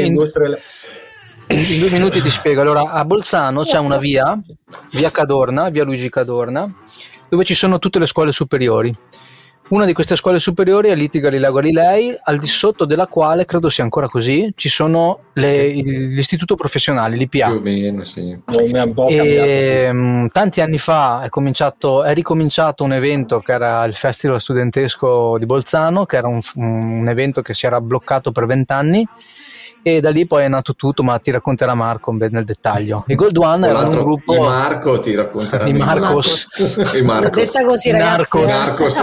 in 2 minuti ti spiego. Allora, a Bolzano c'è una via Cadorna, via Luigi Cadorna, dove ci sono tutte le scuole superiori. Una di queste scuole superiori è l'ITI Galileo Galilei, al di sotto della quale, credo sia ancora così, ci sono l'istituto professionale, l'IPA. Più o meno, sì. Tanti anni fa è ricominciato un evento che era il Festival Studentesco di Bolzano, che era un evento che si era bloccato per 20 anni. E da lì poi è nato tutto, ma ti racconterà Marco nel dettaglio. I Gold One era un gruppo. I Marco ti racconterà. I Marcos. Detta così, ragazzi. Narcos.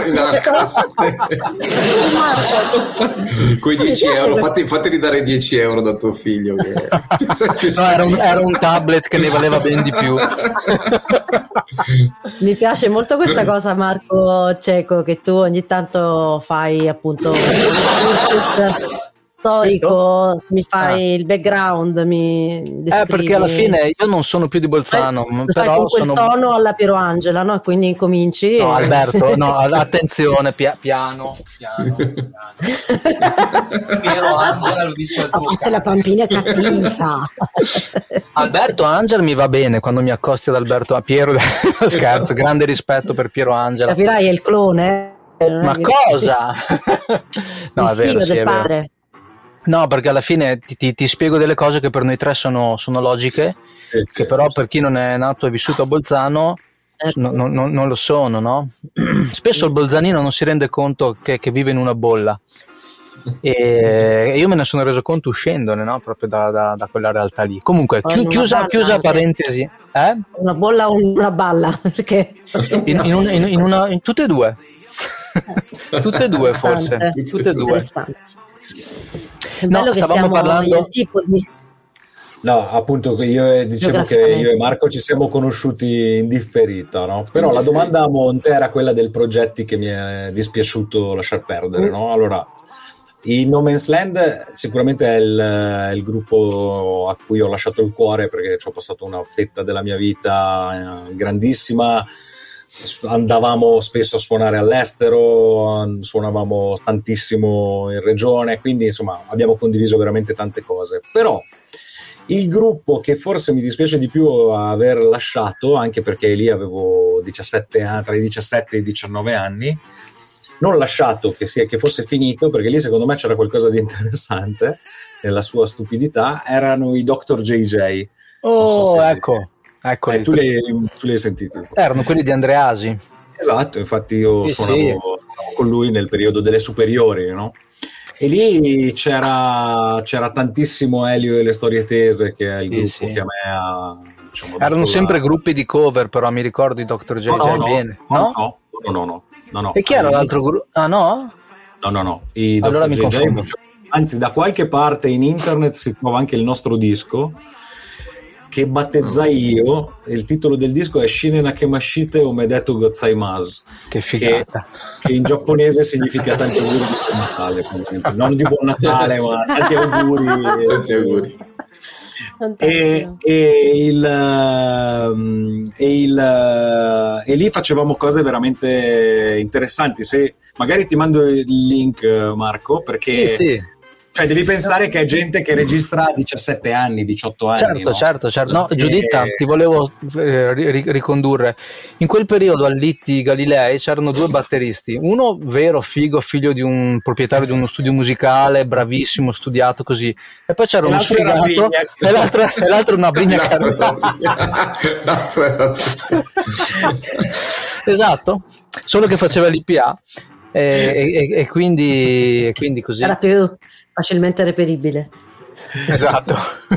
Quei 10 euro, fateli dare 10 euro da tuo figlio. Che... era un tablet che ne valeva ben di più. Mi piace molto questa cosa, Marco Cieco, che tu ogni tanto fai appunto storico, mi fai il background, mi descrivi. Perché alla fine io non sono più di Bolzano, però con quel tono alla Piero Angela, no? Quindi incominci. No, Alberto, no, attenzione, piano. Piero Angela lo dice al tuo capo. La pampina cattiva. Alberto Angela mi va bene quando mi accosti ad Alberto a Piero. Scherzo, grande rispetto per Piero Angela. Capirai, è il clone. Ma cosa? No, è vero, del padre. No, perché alla fine ti spiego delle cose che per noi tre sono logiche, che però per chi non è nato e vissuto a Bolzano non lo sono, no? Spesso il bolzanino non si rende conto che vive in una bolla, e io me ne sono reso conto uscendone, no? Proprio da quella realtà lì. Comunque, chiusa parentesi, una bolla o una balla, perché in tutte e due. Tutte e due, forse. Tutte e due. No, stavamo parlando. No, appunto, io dicevo che io e Marco ci siamo conosciuti in differita, no? Però la domanda a monte era quella del progetti che mi è dispiaciuto lasciar perdere, no? Allora, i No Man's Land sicuramente è il gruppo a cui ho lasciato il cuore, perché ci ho passato una fetta della mia vita grandissima. Andavamo spesso a suonare all'estero, suonavamo tantissimo in regione, quindi insomma abbiamo condiviso veramente tante cose. Però il gruppo che forse mi dispiace di più aver lasciato, anche perché lì avevo 17 anni, tra i 17 e i 19 anni, non lasciato che fosse finito, perché lì secondo me c'era qualcosa di interessante nella sua stupidità, erano i Dr. JJ. Ecco. Tu li hai sentiti? Erano quelli di Andreasi. Esatto, infatti io suonavo con lui nel periodo delle superiori, no? E lì c'era tantissimo Elio e le Storie Tese, che è il gruppo che a me ha... Diciamo, erano sempre gruppi di cover, però mi ricordo i Dr. JJ bene. No. E chi era l'altro gruppo? Ah, no? No. I Dr. Allora JJ, anzi, da qualche parte in internet si trova anche il nostro disco, che battezzai io. Il titolo del disco è Shine Nakemashite Omedetou Gozaimasu, che figata, che in giapponese significa tanti auguri di buon Natale, non di buon Natale, ma tanti auguri. E lì facevamo cose veramente interessanti. Se magari ti mando il link, Marco, perché sì. Cioè devi pensare che è gente che registra a 17 anni, 18 anni. Certo. No, Giuditta, ti volevo ricondurre. In quel periodo al Litti Galilei c'erano due batteristi. Uno vero figo, figlio di un proprietario di uno studio musicale, bravissimo, studiato così. E poi c'era uno sfigato e l'altro una brigna carnale. Esatto, solo che faceva l'IPA. E quindi così era più facilmente reperibile. Esatto.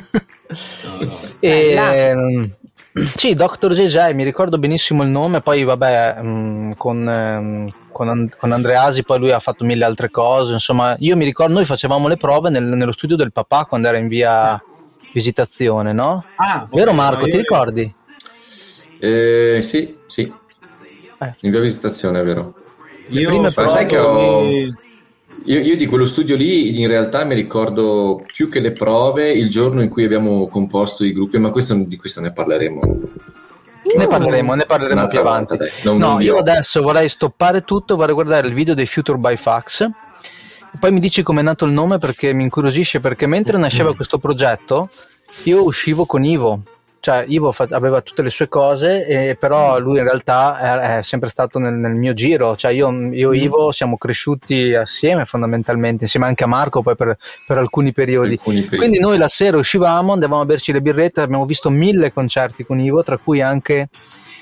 Sì, Dr. JJ, mi ricordo benissimo il nome. Poi vabbè, con Andreasi poi lui ha fatto mille altre cose, insomma. Io mi ricordo, noi facevamo le prove nello studio del papà quando era in via Visitazione, no? Vero Marco, ti ricordi? Sì. In via Visitazione, è vero. Sai che io di quello studio lì in realtà mi ricordo più che le prove il giorno in cui abbiamo composto i gruppi, ma di questo ne parleremo. Ne parleremo più avanti. Io adesso vorrei stoppare tutto, vorrei guardare il video dei Future by Fax e poi mi dici com'è nato il nome, perché mi incuriosisce, perché mentre nasceva questo progetto io uscivo con Ivo. Cioè Ivo aveva tutte le sue cose, però lui in realtà è sempre stato nel mio giro. Cioè io e Ivo siamo cresciuti assieme fondamentalmente, insieme anche a Marco poi per alcuni periodi. Quindi noi la sera uscivamo, andavamo a berci le birrette, abbiamo visto 1000 concerti con Ivo, tra cui anche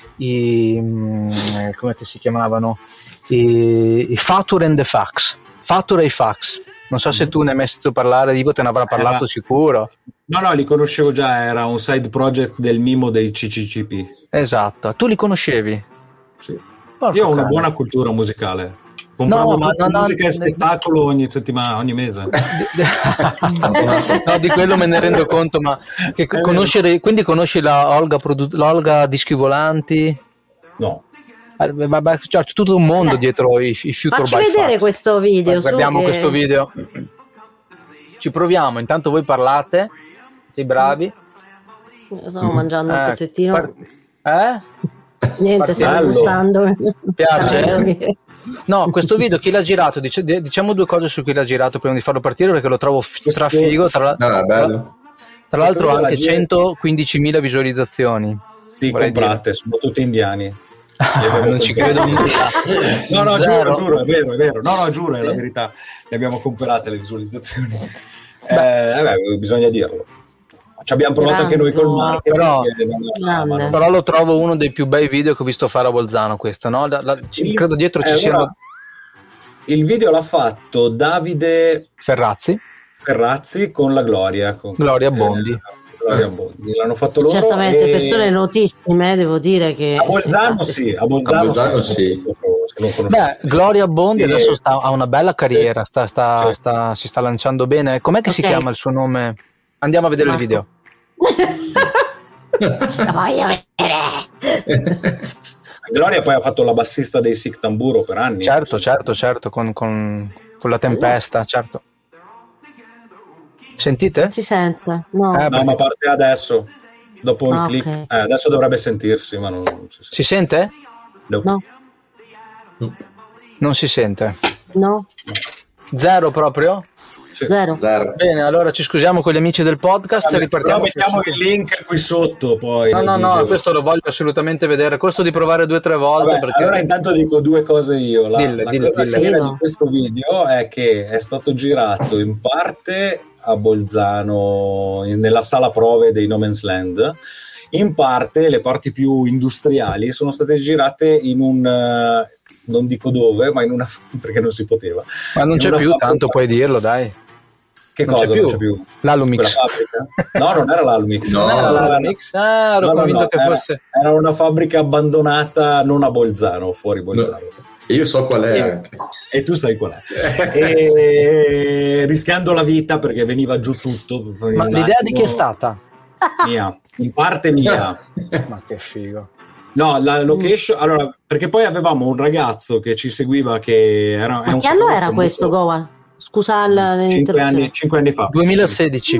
come si chiamavano? I Fature and the Fax. Fature e i Fax. Non so se tu ne hai mai sentito parlare, Ivo te ne avrà parlato sicuro. No, li conoscevo già, era un side project del mimo dei CCCP. Esatto, tu li conoscevi? Sì. Io ho una buona cultura musicale. Compravo musica e spettacolo ogni settimana, ogni mese. No, di quello me ne rendo conto, ma quindi conosci la Olga Dischi Volanti? No. C'è tutto un mondo dietro i Future by Fax. Facci vedere questo video. Guardiamo questo video. Ci proviamo, intanto voi parlate. Sei bravi? Stavo mangiando un pezzettino. Niente, stiamo gustando. Piace? No, questo video chi l'ha girato? Diciamo due cose su chi l'ha girato prima di farlo partire, perché lo trovo strafigo. Tra l'altro ha anche 115.000 visualizzazioni. Sì, comprate, sono tutti indiani. Non ci credo nulla. No, giuro, è vero. No, giuro, è la verità. Le abbiamo comprate le visualizzazioni. Bisogna dirlo. ci abbiamo provato anche noi col marketing, però lo trovo uno dei più bei video che ho visto fare a Bolzano, questo, no? Credo dietro ci siano... Il video l'ha fatto Davide Ferrazzi con la Gloria Bondi. L'hanno fatto loro, certamente persone notissime, devo dire che a Bolzano sì. Beh, Gloria Bondi adesso ha una bella carriera, si sta lanciando bene. Com'è che si chiama il suo nome? Andiamo a vedere il video. La voglio vedere. Gloria poi ha fatto la bassista dei Sic Tamburo per anni. Certo, con la tempesta, certo. Sentite? Si sente? No. No, ma parte adesso, dopo il clip. Okay. Adesso dovrebbe sentirsi, ma non si sente. Si sente? No. Non si sente? No. Zero proprio? Sì. Zero. Bene, allora ci scusiamo con gli amici del podcast. Ripartiamo. Mettiamo il link qui sotto poi. No, questo lo voglio assolutamente vedere. Costo di provare 2 o 3 volte. Vabbè, perché... Allora intanto dico 2 cose io. La cosa carina di questo video è che è stato girato in parte a Bolzano nella sala prove dei No Man's Land, in parte le parti più industriali sono state girate in un non dico dove, ma in una perché non si poteva. Ma non c'è più, tanto puoi dirlo, dai. Che non cosa non c'è più? L'Alumix. No, non era l'Alumix. Non era l'Alumix? Ero convinto che fosse. Era una fabbrica abbandonata non a Bolzano, fuori Bolzano. Io so qual è. E tu sai qual è. E rischiando la vita perché veniva giù tutto. Ma l'idea di chi è stata? Mia, in parte mia. Ma che figo. No, la location, allora, perché poi avevamo un ragazzo che ci seguiva che era... Ma che anno era questo, Goa? Scusa l'interruzione. 5 anni fa. 2016.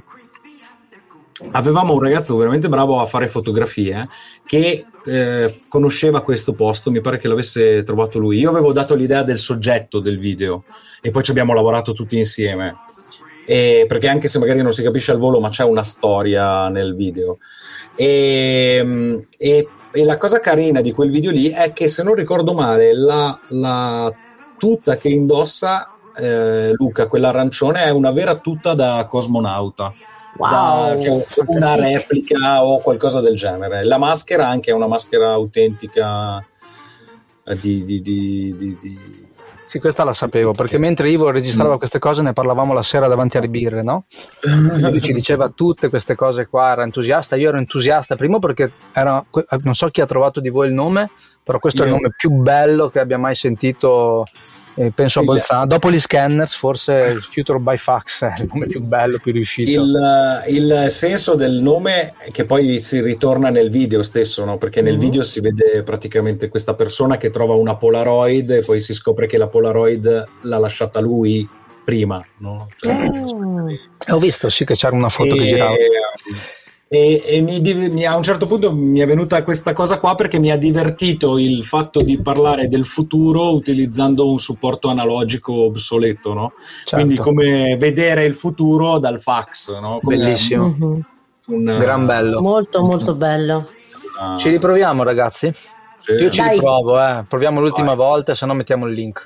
Avevamo un ragazzo veramente bravo a fare fotografie che conosceva questo posto, mi pare che l'avesse trovato lui. Io avevo dato l'idea del soggetto del video e poi ci abbiamo lavorato tutti insieme. Perché anche se magari non si capisce al volo, ma c'è una storia nel video. E la cosa carina di quel video lì è che, se non ricordo male, la tuta che indossa Luca, quella arancione, è una vera tuta da cosmonauta. Wow, cioè una replica o qualcosa del genere. La maschera anche è una maschera autentica Sì, questa la sapevo, perché mentre Ivo registrava queste cose ne parlavamo la sera davanti alle birre, no? Lui ci diceva tutte queste cose qua, era entusiasta. Io ero entusiasta, primo perché non so chi ha trovato di voi il nome, però questo è il nome più bello che abbia mai sentito, penso a Bolzano. Dopo gli Scanners, forse il Future by Fax è il nome più bello, più riuscito. Il senso del nome che poi si ritorna nel video stesso, no? Perché nel video si vede praticamente questa persona che trova una Polaroid e poi si scopre che la Polaroid l'ha lasciata lui prima, no? Cioè, ho visto sì che c'era una foto che girava. E a un certo punto mi è venuta questa cosa qua, perché mi ha divertito il fatto di parlare del futuro utilizzando un supporto analogico obsoleto, no? Certo. Quindi come vedere il futuro dal fax, no? Come bellissimo, gran bello, molto molto bello. Ci riproviamo, ragazzi? Sì. Io ci riprovo, proviamo l'ultima volta, se no mettiamo il link.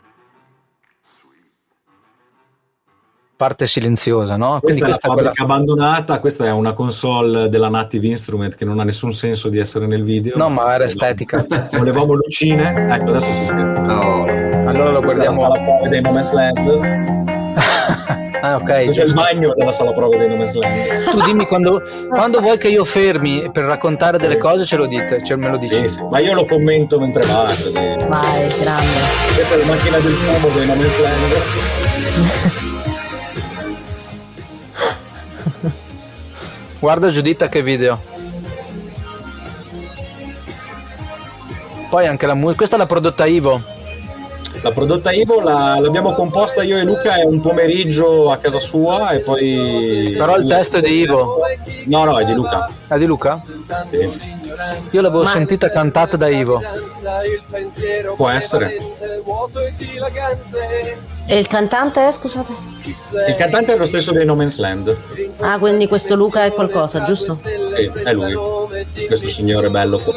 Parte silenziosa, no? Questa è la fabbrica abbandonata, questa è una console della Native Instrument che non ha nessun senso di essere nel video. No, ma era estetica. Volevamo lucine, ecco, adesso si sente. Allora lo guardiamo. Questa è la sala prove dei No Man's Land. Ok. Questo è il bagno della sala prove dei No Man's Land. Tu dimmi quando vuoi che io fermi per raccontare delle cose, ce lo dite, me lo dici. Sì, ma io lo commento mentre vado. Vai, grande. Questa è la macchina del fumo dei No Man's Land. Guarda Giuditta che video. Poi anche la musica. Questa l'ha prodotta Ivo. La prodotta Ivo l'abbiamo composta io e Luca, è un pomeriggio a casa sua e poi... Però il testo è di Ivo. No, è di Luca. È di Luca? Sì. Io l'avevo sentita cantata da Ivo. Può essere. E il cantante è, scusate? Il cantante è lo stesso dei No Man's Land. Ah, quindi questo Luca è qualcosa, giusto? Sì, è lui. Questo signore bello qua.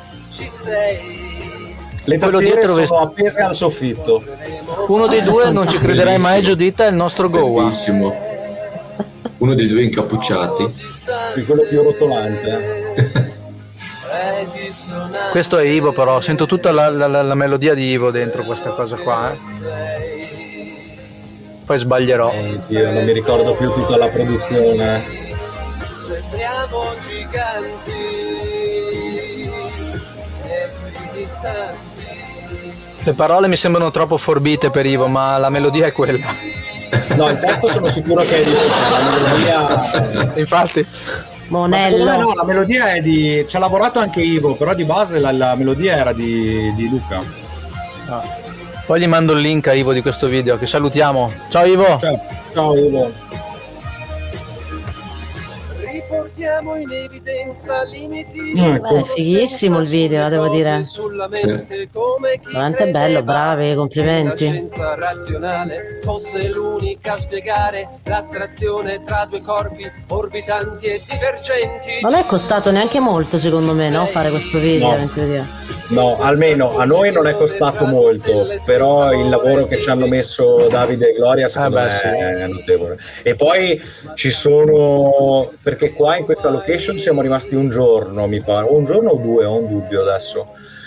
Le tastiere sono appese al soffitto. Uno dei due, non ci crederai mai, Giuditta, è il nostro Goa. Bellissimo. Uno dei due incappucciati. Di quello più rotolante. Questo è Ivo, però sento tutta la melodia di Ivo dentro questa cosa qua. Poi sbaglierò. Io non mi ricordo più tutta la produzione. Sembriamo giganti e distanti. Le parole mi sembrano troppo forbite per Ivo, ma la melodia è quella. No, il testo sono sicuro che è di la melodia. Infatti. Monello. No, la melodia è di. Ci ha lavorato anche Ivo, però di base la melodia era di Luca. Ah. Poi gli mando il link a Ivo di questo video, che salutiamo. Ciao Ivo. Ciao Ivo. Riportiamo in evidenza limiti. È fighissimo il video, devo dire. Veramente bello, bravi, complimenti. La scienza razionale fosse l'unica a spiegare l'attrazione tra due corpi orbitanti e divergenti. Non è costato neanche molto, secondo me, no? Fare questo video. No, almeno a noi non è costato molto, però il lavoro che ci hanno messo Davide e Gloria secondo me è notevole. E poi ci sono, perché qua in questa location siamo rimasti un giorno, mi pare, un giorno o due, ho un dubbio adesso,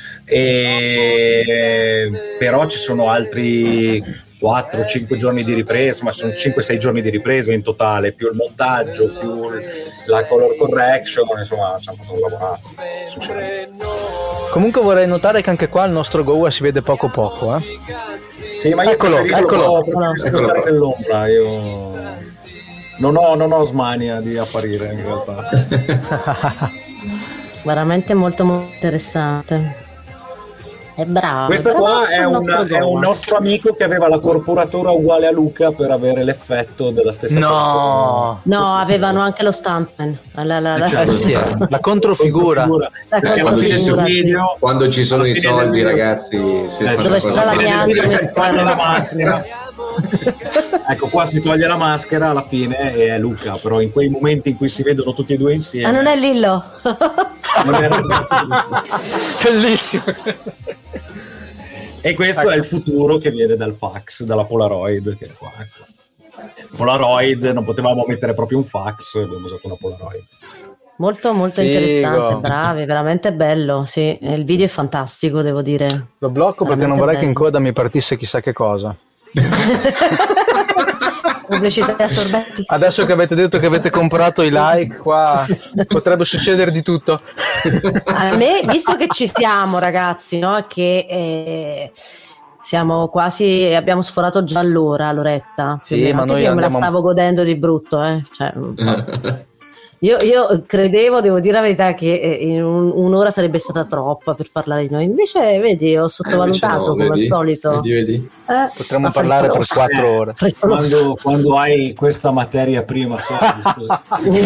e però ci sono altri 4-5 giorni di ripresa, ma sono 5-6 giorni di ripresa in totale, più il montaggio, più la color correction, insomma ci hanno fatto un lavorazzo, sinceramente. Comunque vorrei notare che anche qua il nostro Goa si vede poco. Sì, ma io eccolo. preferisco stare nell'ombra, io non ho smania di apparire in realtà. Veramente molto molto interessante. È bravo. Questa qua è un nostro amico che aveva la corporatura uguale a Luca per avere l'effetto della stessa persona. No, avevano anche lo stuntman. La controfigura. Quando ci sono i soldi, ragazzi, dove sta la la maschera. Ecco, qua si toglie la maschera alla fine e è Luca, però in quei momenti in cui si vedono tutti e due insieme. Ah, non è Lillo. Non era bellissimo. E questo è il futuro che viene dal fax, dalla Polaroid, che è qua, ecco. Polaroid, non potevamo mettere proprio un fax, abbiamo usato una Polaroid. Molto molto interessante, bravi, veramente bello, sì. Il video è fantastico, devo dire. Lo blocco perché veramente non vorrei bello. che in coda mi partisse chissà che cosa. Pubblicità a sorbetti. Adesso che avete detto che avete comprato i like, qua potrebbe succedere di tutto. A me, visto che ci siamo, ragazzi, no? Che siamo quasi, abbiamo sforato già l'oretta. Sì, ma noi io me la stavo godendo di brutto, cioè, Io credevo, devo dire la verità, che in un'ora sarebbe stata troppa per parlare di noi. Invece, vedi, ho sottovalutato come al solito. Vedi. Potremmo parlare per 4 ore. Quando hai questa materia prima a disposizione.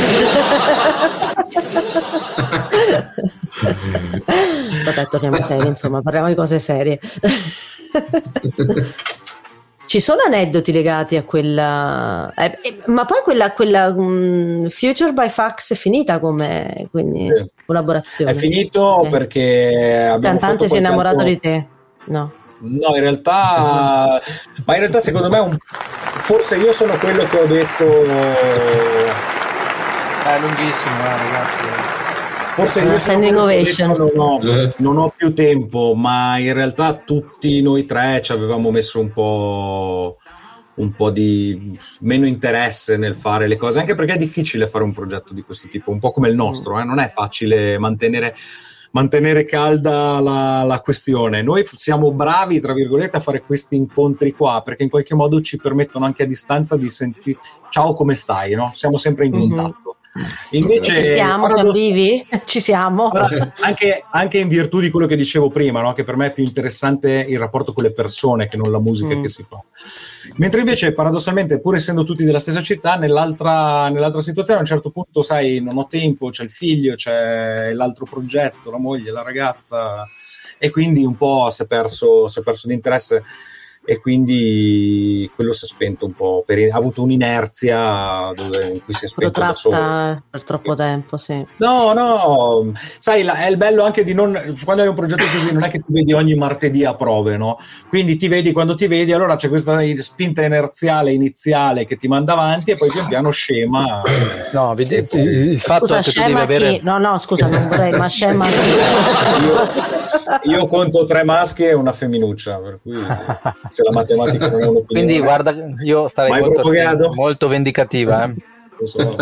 Vabbè, torniamo seri, insomma, parliamo di cose serie. Ci sono aneddoti legati a quella, ma poi quella Future by Fax è finita come collaborazione? È finito perché il cantante si è innamorato di te? No, in realtà, secondo me forse io sono quello che ho detto. È lunghissimo, ragazzi. Forse io non ho più tempo, ma in realtà tutti noi tre ci avevamo messo un po' di meno interesse nel fare le cose, anche perché è difficile fare un progetto di questo tipo, un po' come il nostro, non è facile mantenere calda la questione. Noi siamo bravi, tra virgolette, a fare questi incontri qua, perché in qualche modo ci permettono anche a distanza di sentire ciao, come stai, no? Siamo sempre in contatto. Invece siamo vivi? Ci siamo. Anche in virtù di quello che dicevo prima, no? Che per me è più interessante il rapporto con le persone che non la musica che si fa. Mentre invece paradossalmente, pur essendo tutti della stessa città, nell'altra situazione a un certo punto, sai, non ho tempo, c'è il figlio, c'è l'altro progetto, la moglie, la ragazza, e quindi un po' si è perso di interesse. e quindi quello si è spento un po', ha avuto un'inerzia in cui si è spento da solo. Per troppo tempo, sì. No, sai, è il bello anche di quando hai un progetto così, non è che ti vedi ogni martedì a prove, no? Quindi quando ti vedi, allora c'è questa spinta inerziale iniziale che ti manda avanti e poi pian piano scema. No, il fatto scusa, è che tu devi avere... No, scusa, non vorrei, ma scema... Io conto 3 maschi e una femminuccia, per cui se la matematica non è un'opinione. Quindi guarda, io starei molto vendicativa. Lo so.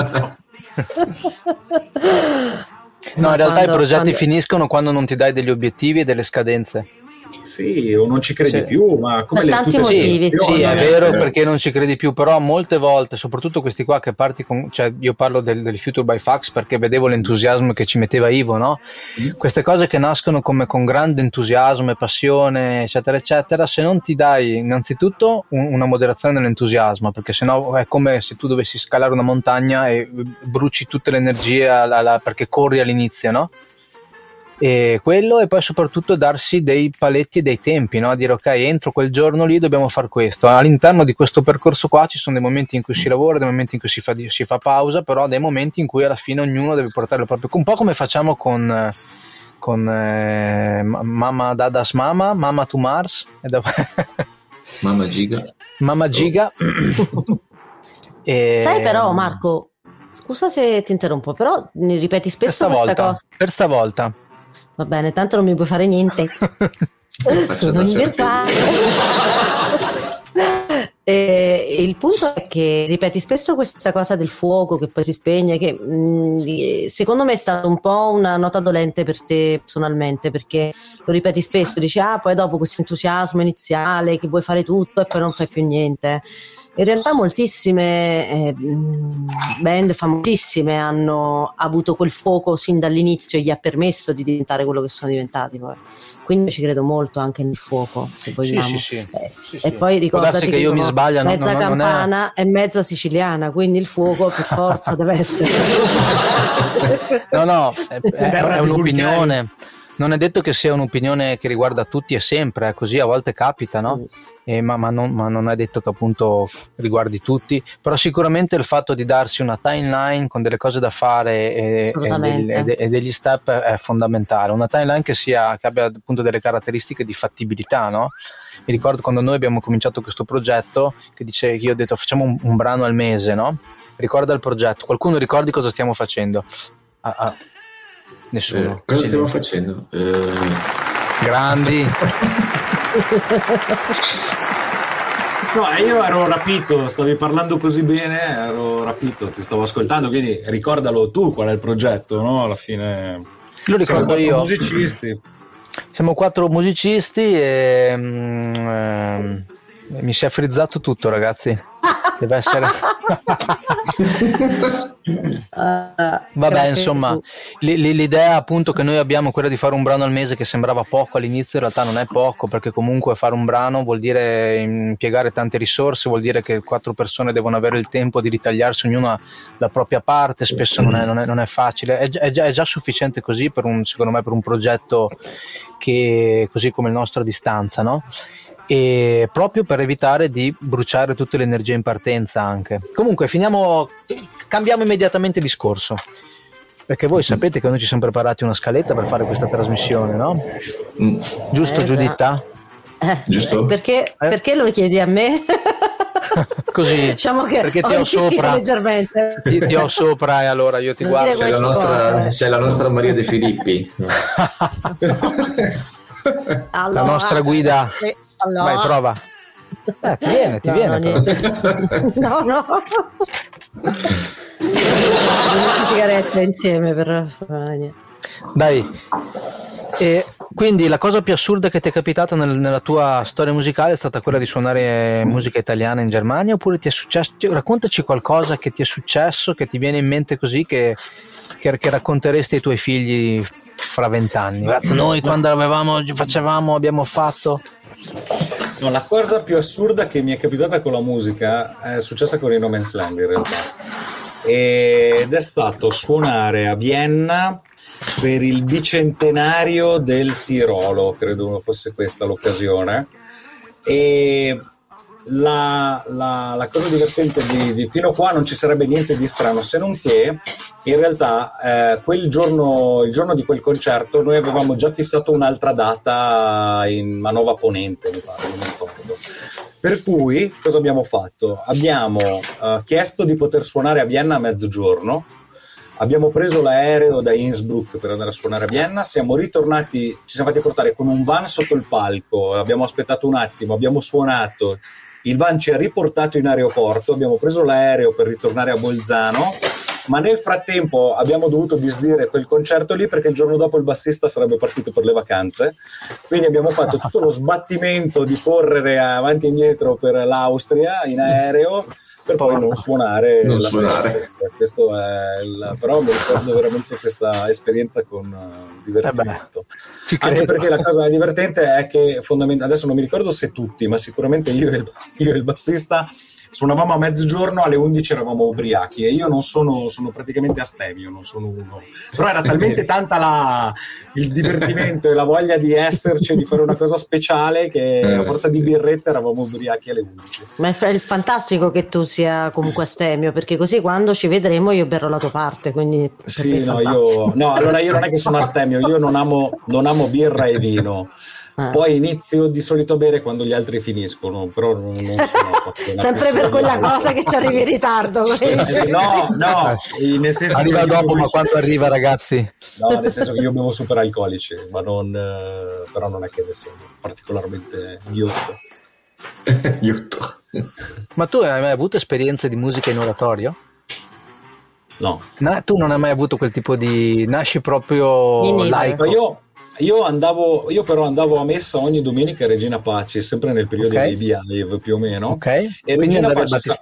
No, in realtà i progetti finiscono quando non ti dai degli obiettivi e delle scadenze. Sì, o non ci credi più, ma come per tanti motivi. Sì, è vero, perché non ci credi più, però molte volte, soprattutto questi qua che parti con, cioè io parlo del Future by Fax perché vedevo l'entusiasmo che ci metteva Ivo, no? Queste cose che nascono come con grande entusiasmo e passione, eccetera, eccetera, se non ti dai innanzitutto una moderazione nell'entusiasmo, perché sennò è come se tu dovessi scalare una montagna e bruci tutte le energie perché corri all'inizio, no? E quello, e poi soprattutto darsi dei paletti e dei tempi, no? Dire ok, entro quel giorno lì dobbiamo fare questo. All'interno di questo percorso qua ci sono dei momenti in cui si lavora, dei momenti in cui si fa pausa, però dei momenti in cui alla fine ognuno deve portare il proprio, un po' come facciamo con Mamma Dadas Mamma to Mars Mamma Giga e... Sai però Marco, scusa se ti interrompo, però ne ripeti spesso questa cosa per stavolta. Va bene, tanto non mi puoi fare niente. Sono in virtuale. Il punto è che ripeti spesso questa cosa del fuoco che poi si spegne, che secondo me è stata un po' una nota dolente per te personalmente, perché lo ripeti spesso, dici poi dopo questo entusiasmo iniziale che vuoi fare tutto e poi non fai più niente. In realtà moltissime band famosissime hanno avuto quel fuoco sin dall'inizio e gli ha permesso di diventare quello che sono diventati poi. Quindi ci credo molto anche nel fuoco, se vogliamo. Sì. E poi ricordati che io mi sbaglio, mezza campana e mezza siciliana, quindi il fuoco per forza deve essere. No, è un'opinione. Non è detto che sia un'opinione che riguarda tutti e sempre, così a volte capita, no? Ma non è detto che appunto riguardi tutti, però sicuramente il fatto di darsi una timeline con delle cose da fare e degli step è fondamentale. Una timeline che abbia appunto delle caratteristiche di fattibilità, no? Mi ricordo quando noi abbiamo cominciato questo progetto, che io ho detto facciamo un brano al mese, no? Ricorda il progetto, qualcuno ricordi cosa stiamo facendo? Nessuno. Cosa stiamo facendo? Grandi. No, io ero rapito, stavi parlando così bene, ero rapito, ti stavo ascoltando, quindi ricordalo tu qual è il progetto, no? Alla fine lo ricordo io. Musicisti. Siamo 4 musicisti e mi si è frizzato tutto, ragazzi. Deve essere vabbè, insomma, l'idea appunto che noi abbiamo, quella di fare un brano al mese, che sembrava poco all'inizio, in realtà non è poco, perché comunque fare un brano vuol dire impiegare tante risorse, vuol dire che 4 persone devono avere il tempo di ritagliarsi ognuna la propria parte, spesso non è facile, è già sufficiente così secondo me per un progetto che così come il nostro a distanza, no? E proprio per evitare di bruciare tutte le energie in partenza anche. Comunque cambiamo immediatamente discorso, perché voi sapete che noi ci siamo preparati una scaletta per fare questa trasmissione, no? Giusto, Giuditta? Giusto? Perché lo chiedi a me? Così, diciamo che perché ti ho sopra leggermente. Ti ho sopra e allora io ti guardo. Sei la nostra Maria De Filippi. Allora, la nostra guida. Sì, allora. Vai, prova. Ti viene. No. 10 sigarette insieme per dai. E quindi la cosa più assurda che ti è capitata nella tua storia musicale è stata quella di suonare musica italiana in Germania, oppure ti è successo? Raccontaci qualcosa che ti è successo, che ti viene in mente così, che racconteresti ai tuoi figli fra 20 anni. Grazie, noi quando abbiamo fatto. No, la cosa più assurda che mi è capitata con la musica è successa con i No Man's Land in realtà, ed è stato suonare a Vienna per il bicentenario del Tirolo, credo fosse questa l'occasione, E la cosa divertente di fino a qua non ci sarebbe niente di strano, se non che in realtà il giorno di quel concerto noi avevamo già fissato un'altra data in Manova Ponente, mi pare, non mi ricordo. Per cui cosa abbiamo fatto? Abbiamo chiesto di poter suonare a Vienna a mezzogiorno, abbiamo preso l'aereo da Innsbruck per andare a suonare a Vienna, siamo ritornati, ci siamo fatti portare con un van sotto il palco, abbiamo aspettato un attimo, abbiamo suonato, il van ci ha riportato in aeroporto, abbiamo preso l'aereo per ritornare a Bolzano, ma nel frattempo abbiamo dovuto disdire quel concerto lì perché il giorno dopo il bassista sarebbe partito per le vacanze, quindi abbiamo fatto tutto lo sbattimento di correre avanti e indietro per l'Austria in aereo per poi non suonare la sera stessa. Questo è però mi ricordo veramente questa esperienza con divertimento. Anche perché la cosa divertente è che fondamentalmente, adesso non mi ricordo se tutti, ma sicuramente io e il bassista suonavamo a mezzogiorno, alle 11 eravamo ubriachi e io non sono praticamente astemio, non sono uno, però era talmente tanta il divertimento e la voglia di esserci, di fare una cosa speciale, che a forza di birretta eravamo ubriachi alle 11. Ma è fantastico che tu sia comunque astemio, perché così quando ci vedremo io berrò la tua parte, quindi sì, allora io non è che sono astemio, io non amo birra e vino. Poi inizio di solito a bere quando gli altri finiscono, però non sono sempre per quella cosa che ci arrivi in ritardo. No, nel senso arriva dopo, ma quando arriva, ragazzi? No, nel senso che io bevo super alcolici, ma però non è che ne sono particolarmente ghiotto. Ma tu hai mai avuto esperienze di musica in oratorio? No. Tu non hai mai avuto quel tipo di... Nasci proprio laico? Io però andavo a messa ogni domenica a Regina Pacis, sempre nel periodo dei Beehive più o meno. Ok. E Regina Pacis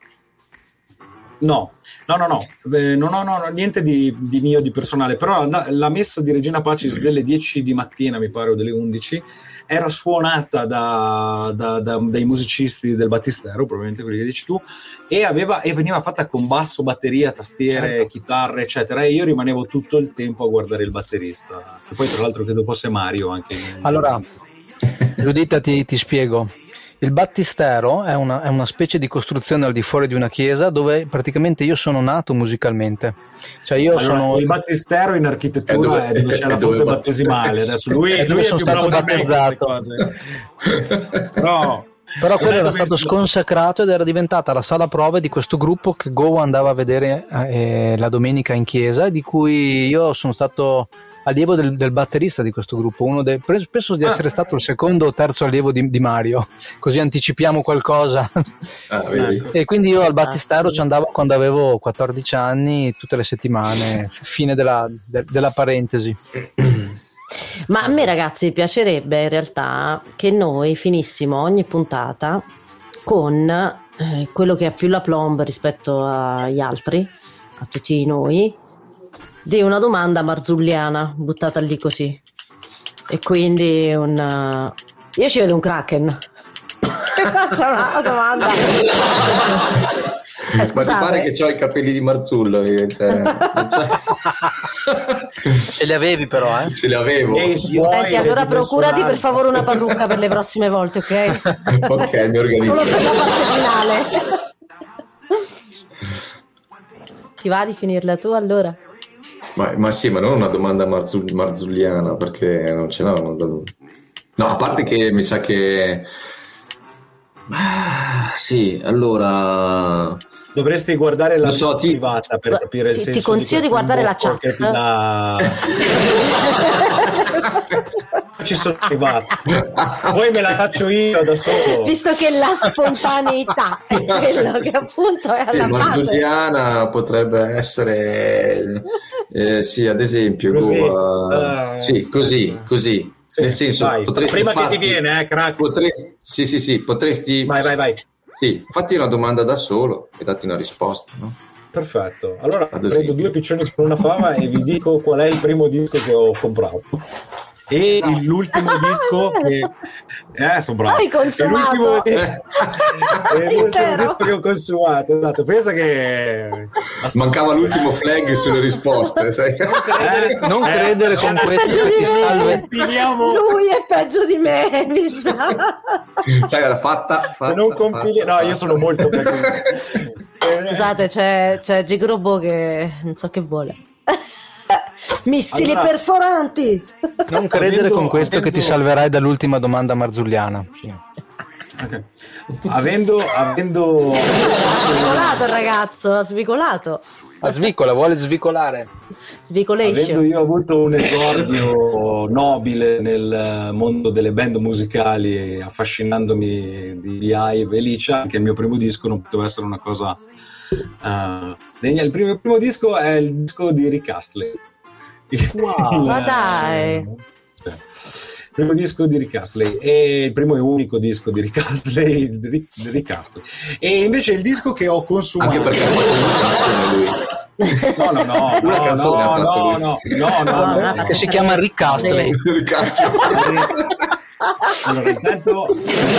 no, non ho niente di mio, di personale, però la messa di Regina Pacis delle 10 di mattina, mi pare, o delle 11, era suonata dai musicisti del Battistero, probabilmente quelli che dici tu, e veniva fatta con basso, batteria, tastiere, chitarre, eccetera, e io rimanevo tutto il tempo a guardare il batterista, che poi tra l'altro credo fosse Mario anche. Allora, Giuditta, ti spiego. Il battistero è una specie di costruzione al di fuori di una chiesa dove praticamente io sono nato musicalmente. Cioè il battistero in architettura è dove c'è la fonte battesimale. Adesso lui sono stato battezzato. Però quello era stato sconsacrato ed era diventata la sala prove di questo gruppo che Go andava a vedere la domenica in chiesa, di cui io sono stato allievo del batterista di questo gruppo, penso di essere stato il secondo o terzo allievo di Mario, così anticipiamo qualcosa. E quindi io al battistero ci andavo quando avevo 14 anni, tutte le settimane, fine della parentesi. Ma a me, ragazzi, piacerebbe in realtà che noi finissimo ogni puntata con quello che ha più la plomb rispetto agli altri, a tutti noi, di una domanda marzulliana buttata lì così, e quindi io ci vedo un Kraken. C'è una domanda. Ma ti pare che c'ho i capelli di Marzullo? Ce li avevi però, eh? Ce li avevo. Senti, allora procurati per favore una parrucca per le prossime volte, ok? Ok, mi organizzo. Solo per la parte finale. Ti va di finirla tu allora? Ma sì, ma non una domanda marzulliana, perché non ce l'ho. No, a parte che mi sa che... sì, allora... Dovresti guardare la privata per capire il senso. Ti consiglio di guardare la chat. Che ti dà... Ci sono arrivato. Poi me la faccio io da solo. Visto che la spontaneità è quello che appunto è alla base. Marzulliana potrebbe essere... sì, ad esempio... così. Sì, nel senso, prima che ti viene, crack. Potresti... Vai. Sì, fatti una domanda da solo e datti una risposta, no? Perfetto. Allora prendo 2 piccioni con una fava e vi dico qual è il primo disco che ho comprato. E l'ultimo disco che sono bravo. Hai consumato. L'ultimo disco che ho consumato, esatto. Pensa che mancava l'ultimo flag sulle risposte. Non credere con questo che si salve. Lui è peggio di me, mi sa. Sai, era fatta se non compili, no, io sono molto peggio. Scusate, c'è Gigrobo che non so che vuole. Missili perforanti. Non credere con questo che ti salverai dall'ultima domanda marzulliana. Okay. Avendo Ha svicolato il ragazzo, ha svicolato. Svicola, vuole svicolare. Avendo io avuto un esordio nobile nel mondo delle band musicali, affascinandomi di Hive e Licia, anche il mio primo disco non poteva essere una cosa degna. Il primo disco è il disco di Rick Astley. Wow, ma dai! Il primo disco di Rick Astley e il primo e unico disco di Rick Astley, e invece il disco che ho consumato, anche perché ha fatto una canzone lui. No, che si chiama Rick Astley. Allora, intanto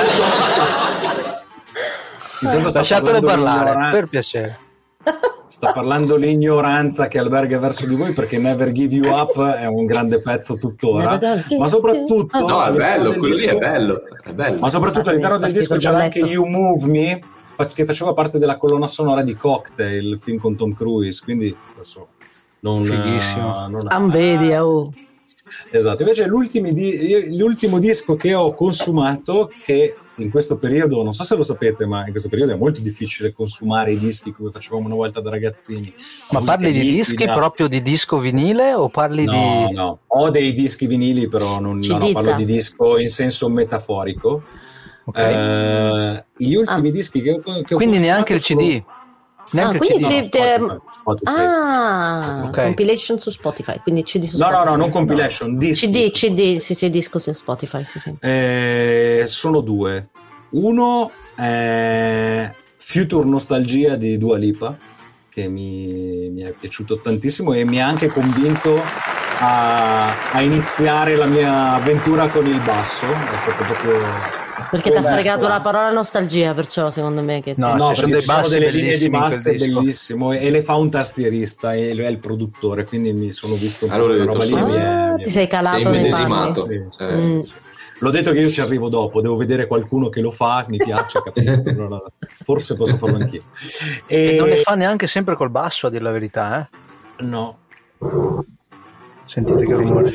lasciatelo parlare, per piacere. Sta parlando l'ignoranza che alberga verso di voi, perché Never Give You Up è un grande pezzo tuttora, ma soprattutto è bello, quello lì è bello. Ma soprattutto all'interno del disco c'era anche You Move Me, che faceva parte della colonna sonora di Cocktail, il film con Tom Cruise, quindi adesso fighissimo. Esatto. Invece l'ultimo disco che ho consumato, che in questo periodo, non so se lo sapete, ma in questo periodo è molto difficile consumare i dischi come facevamo una volta da ragazzini. Ma parli di dischi proprio di disco vinile o parli di... No, ho dei dischi vinili, però non parlo di disco in senso metaforico. Okay. Gli ultimi dischi che ho quindi neanche il CD? Neanche il CD? Spotify. Compilation su Spotify, quindi CD su Spotify. No, non compilation, dischi. CD, sì, disco su Spotify, sì. Sono due. Uno è Future Nostalgia di Dua Lipa, che mi è piaciuto tantissimo e mi ha anche convinto a iniziare la mia avventura con il basso. È stato proprio... Perché ti ha fregato la parola nostalgia, perciò secondo me che no, ci sono delle linee di basse bellissimo, e le fa un tastierista e lui è il produttore, quindi mi sono visto un po' roba lì. Ti sei calato, sei immedesimato. L'ho detto che io ci arrivo dopo, devo vedere qualcuno che lo fa, mi piace, capisco, allora forse posso farlo anch'io. E non le fa neanche sempre col basso, a dir la verità, No. Sentite che rumore.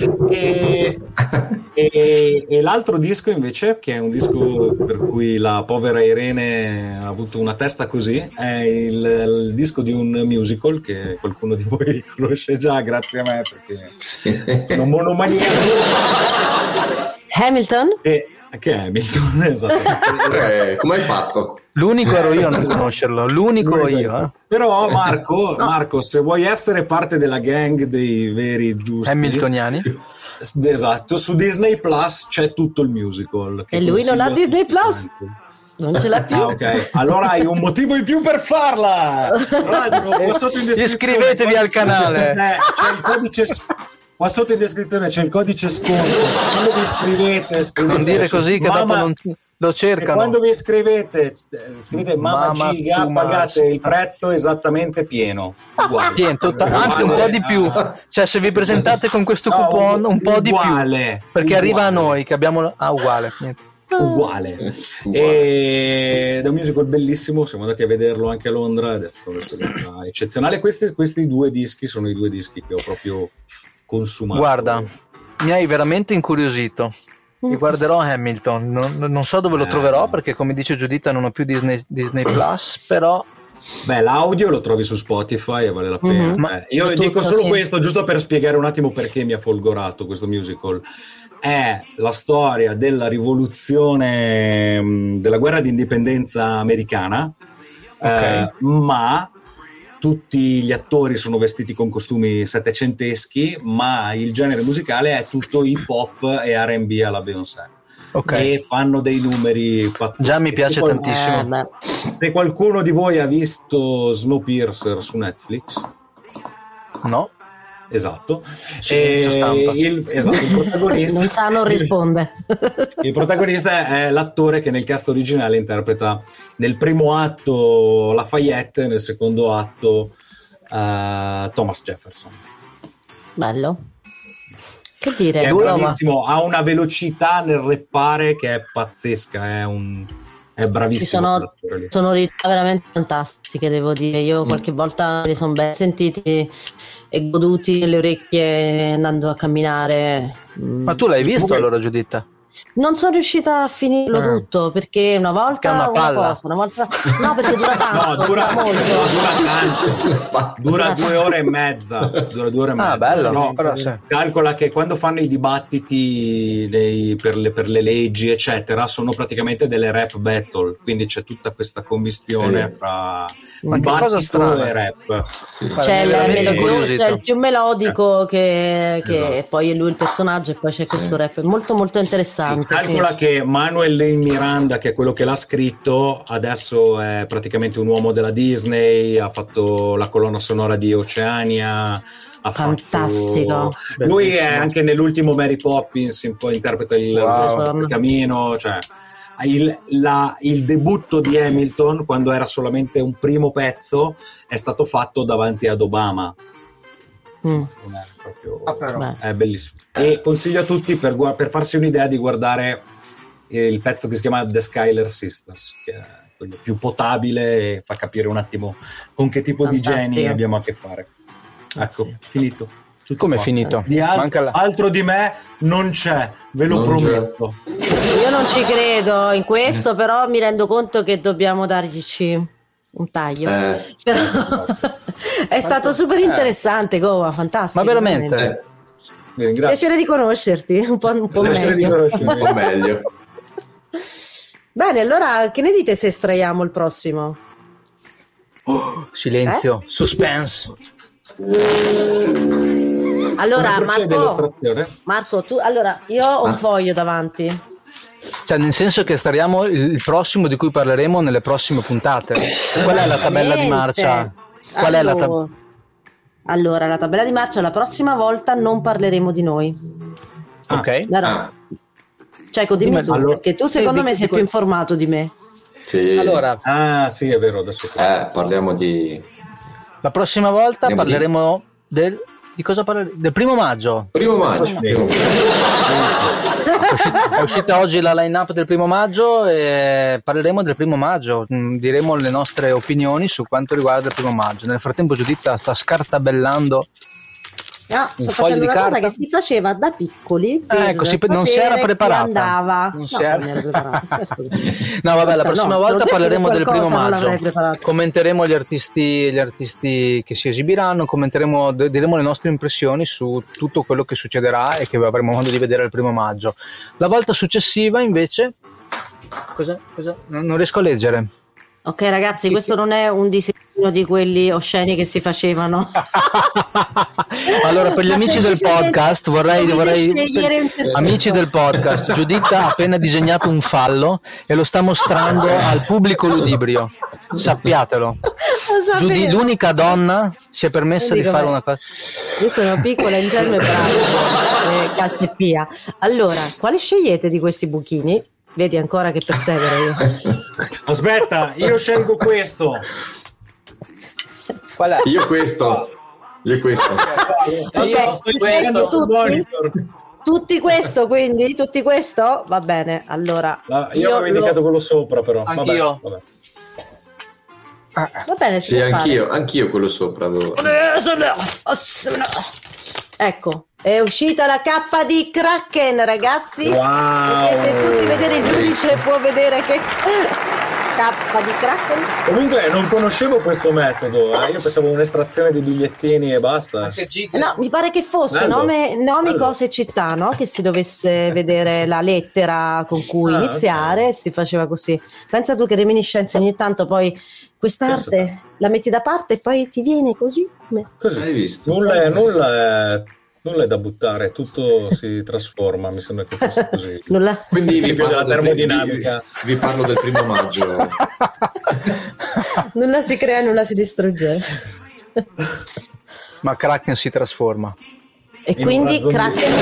E l'altro disco invece, che è un disco per cui la povera Irene ha avuto una testa così, è il disco di un musical che qualcuno di voi conosce già, grazie a me, perché sono monomaniaco. Hamilton? Che è Hamilton, esatto. Come hai fatto? L'unico ero io a non conoscerlo, l'unico io. Però Marco, se vuoi essere parte della gang dei veri giusti Hamiltoniani, esatto, su Disney Plus c'è tutto il musical. E lui non ha Disney Plus? Non ce l'ha più. Ok, allora hai un motivo in più per farla. Iscrivetevi al canale. C'è il codice. Qua sotto in descrizione c'è il codice sconto. Se quando vi scrivete non dire così che dopo non lo cercano. Quando vi scrivete Mamma Giga, pagate il prezzo esattamente pieno. Uguale. Anzi, un po' di più. Cioè, se vi presentate con questo coupon, un po' di più. Perché arriva a noi che abbiamo. Uguale. Niente. Uguale. Ed è un musical bellissimo, siamo andati a vederlo anche a Londra ed è stata un'esperienza eccezionale. Questi due dischi sono i due dischi che ho proprio consumato. Guarda, mi hai veramente incuriosito. Mi guarderò Hamilton, non so dove lo troverò perché, come dice Giuditta, non ho più Disney Plus, però l'audio lo trovi su Spotify e vale la pena. Io dico solo questo giusto per spiegare un attimo perché mi ha folgorato questo musical. È la storia della rivoluzione, della guerra d'indipendenza americana, ma tutti gli attori sono vestiti con costumi settecenteschi, ma il genere musicale è tutto hip hop e R&B alla Beyoncé. E fanno dei numeri pazzeschi. Già mi piace tantissimo. Se qualcuno di voi ha visto Snowpiercer su Netflix, no, Esatto. Il protagonista non sa, non risponde. Il protagonista è l'attore che nel cast originale interpreta nel primo atto Lafayette e nel secondo atto Thomas Jefferson. Bello. Che dire? È bravissimo, ha una velocità nel rappare che è pazzesca, è bravissimo. Ci sono sonorità veramente fantastiche, devo dire. Io qualche volta li sono ben sentiti e goduti nelle orecchie andando a camminare. Ma tu l'hai visto allora, Giuditta? Non sono riuscita a finirlo tutto perché una volta una cosa, una volta no, perché dura tanto. No, dura molto. Dura 2 ore e mezza. Dura 2 ore e mezza. Bello. No, però sì. calcola che quando fanno i dibattiti per le leggi, eccetera, sono praticamente delle rap battle, quindi c'è tutta questa commistione fra dibattito e rap. Sì. C'è il più melodico che Esatto. poi è lui il personaggio, e poi c'è questo rap molto molto interessante. Sì, calcola che Manuel Lin Miranda, che è quello che l'ha scritto, adesso è praticamente un uomo della Disney, ha fatto la colonna sonora di Oceania. Fantastico. Lui è anche nell'ultimo Mary Poppins, un po' interpreta il camino, cioè il debutto di Hamilton, quando era solamente un primo pezzo, è stato fatto davanti ad Obama. È bellissimo, e consiglio a tutti per farsi un'idea di guardare il pezzo che si chiama The Schuyler Sisters, che è quello più potabile e fa capire un attimo con che tipo di geni abbiamo a che fare. Ecco, finito. Tutto come è qua. finito? Di altro di me non c'è, ve lo prometto. Io non ci credo in questo, però mi rendo conto che dobbiamo darci un taglio. Però è stato super interessante, Gova, fantastico. Ma veramente? Vi ringrazio. Piacere di conoscerti un po' meglio. Un po' meglio. Bene, allora che ne dite se estraiamo il prossimo? Silenzio, suspense. Allora, l'estrazione? Marco, tu allora io ho un foglio davanti. Cioè, nel senso che estraiamo il prossimo di cui parleremo nelle prossime puntate. Qual è la tabella di marcia? Allora, la tabella di marcia, la prossima volta non parleremo di noi. Ok. Cioè, dimmi tu, perché tu secondo me sei più informato di me. Sì. Allora, sì, è vero, adesso parliamo di... La prossima volta parleremo di cosa parleremo? Del 1° maggio. Primo maggio. È uscita oggi la line-up del 1° maggio e parleremo del 1° maggio, diremo le nostre opinioni su quanto riguarda il 1° maggio. Nel frattempo Giuditta sta scartabellando sto facendo una cosa che si faceva da piccoli. Non si era preparata. Non ero preparata. No, vabbè, la prossima volta parleremo del 1° maggio. Commenteremo gli artisti che si esibiranno, diremo le nostre impressioni su tutto quello che succederà e che avremo modo di vedere il 1° maggio. La volta successiva, invece, cosa? Non riesco a leggere. Ok, ragazzi, questo non è un disegno di quelli osceni che si facevano. Allora, per gli amici del podcast vorrei amici del podcast, Giuditta ha appena disegnato un fallo e lo sta mostrando al pubblico ludibrio, sappiatelo. L'unica donna si è permessa di fare una cosa. Io sono piccola, ingenua e brava, Casteppia. Allora, quale scegliete di questi buchini? Vedi ancora che persevero io. Aspetta, io scelgo questo. Qual è? Io questo. Tutti questo, quindi? Tutti questo? Va bene, allora. Io avevo indicato quello sopra, però. Anch'io. Vabbè. Va bene, sì, anch'io quello sopra avevo. Ecco, è uscita la K di Kraken, ragazzi. Wow. Potete tutti vedere, il giudice può vedere che K di Kraken. Comunque non conoscevo questo metodo, io pensavo un'estrazione di bigliettini e basta. No, mi pare che fosse nomi, cose e città, no? Che si dovesse vedere la lettera con cui iniziare, okay. Si faceva così. Pensa tu che reminiscenze ogni tanto poi quest'arte la metti da parte e poi ti viene così. Cosa hai visto? Nulla è da buttare, tutto si trasforma, mi sembra che fosse così. Quindi vi parlo della termodinamica. Vi parlo del 1° maggio. Nulla si crea, nulla si distrugge. Ma Kraken si trasforma. E quindi Kraken...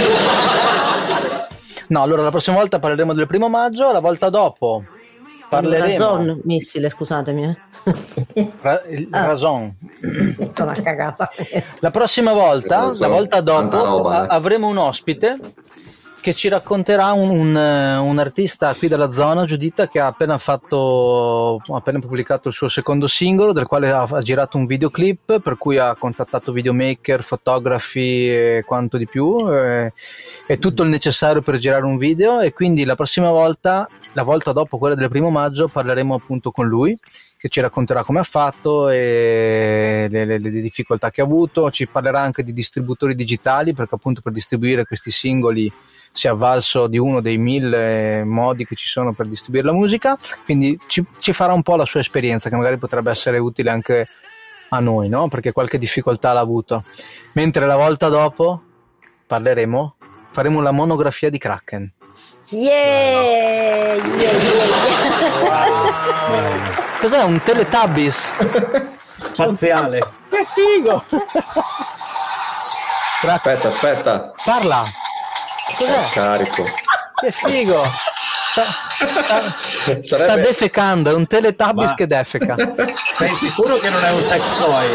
No, allora la prossima volta parleremo del 1 maggio, la volta dopo parleremo... Razon, missile, scusatemi. Razon. Una cagata. La prossima volta, Razon, la volta dopo, tanta roba, avremo un ospite che ci racconterà un artista qui della zona, Giuditta, che ha appena pubblicato il suo secondo singolo, del quale ha girato un videoclip, per cui ha contattato videomaker, fotografi e quanto di più, e tutto il necessario per girare un video. E quindi la prossima volta, la volta dopo quella del 1 maggio, parleremo appunto con lui, che ci racconterà come ha fatto e le difficoltà che ha avuto. Ci parlerà anche di distributori digitali, perché appunto per distribuire questi singoli si è avvalso di uno dei 1000 modi che ci sono per distribuire la musica, quindi ci farà un po' la sua esperienza, che magari potrebbe essere utile anche a noi, no? Perché qualche difficoltà l'ha avuto. Mentre la volta dopo faremo la monografia di Kraken. Yeah! Wow. Cos'è, un Teletubbies? Spaziale. Che figo! Aspetta. Parla! Cos'è? Scarico. Che figo! Sta defecando, è un Teletubbies che defeca. Sei sicuro che non è un sex toy?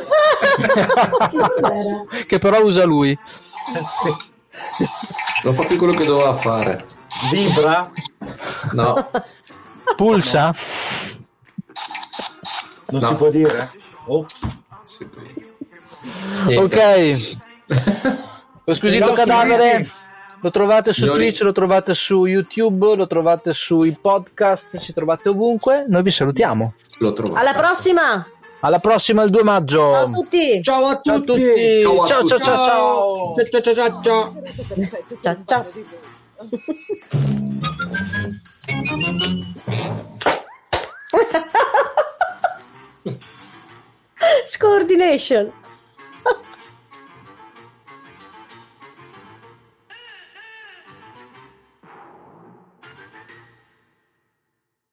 Che però usa lui. Sì. Non fa più quello che doveva fare. Vibra? No. Pulsa? Non No. si può dire? Ops. Ok. Lo squisito cadavere lo trovate su Signori. Twitch, lo trovate su YouTube, lo trovate sui podcast, ci trovate ovunque. Noi vi salutiamo. Lo trovo. Alla prossima! Alla prossima il 2 maggio. Ciao a tutti! Ciao a Ciao a tutti! tutti. Ciao a Ciao tutti. ciao ciao ciao. Ciao. Ciao ciao! Scoordination!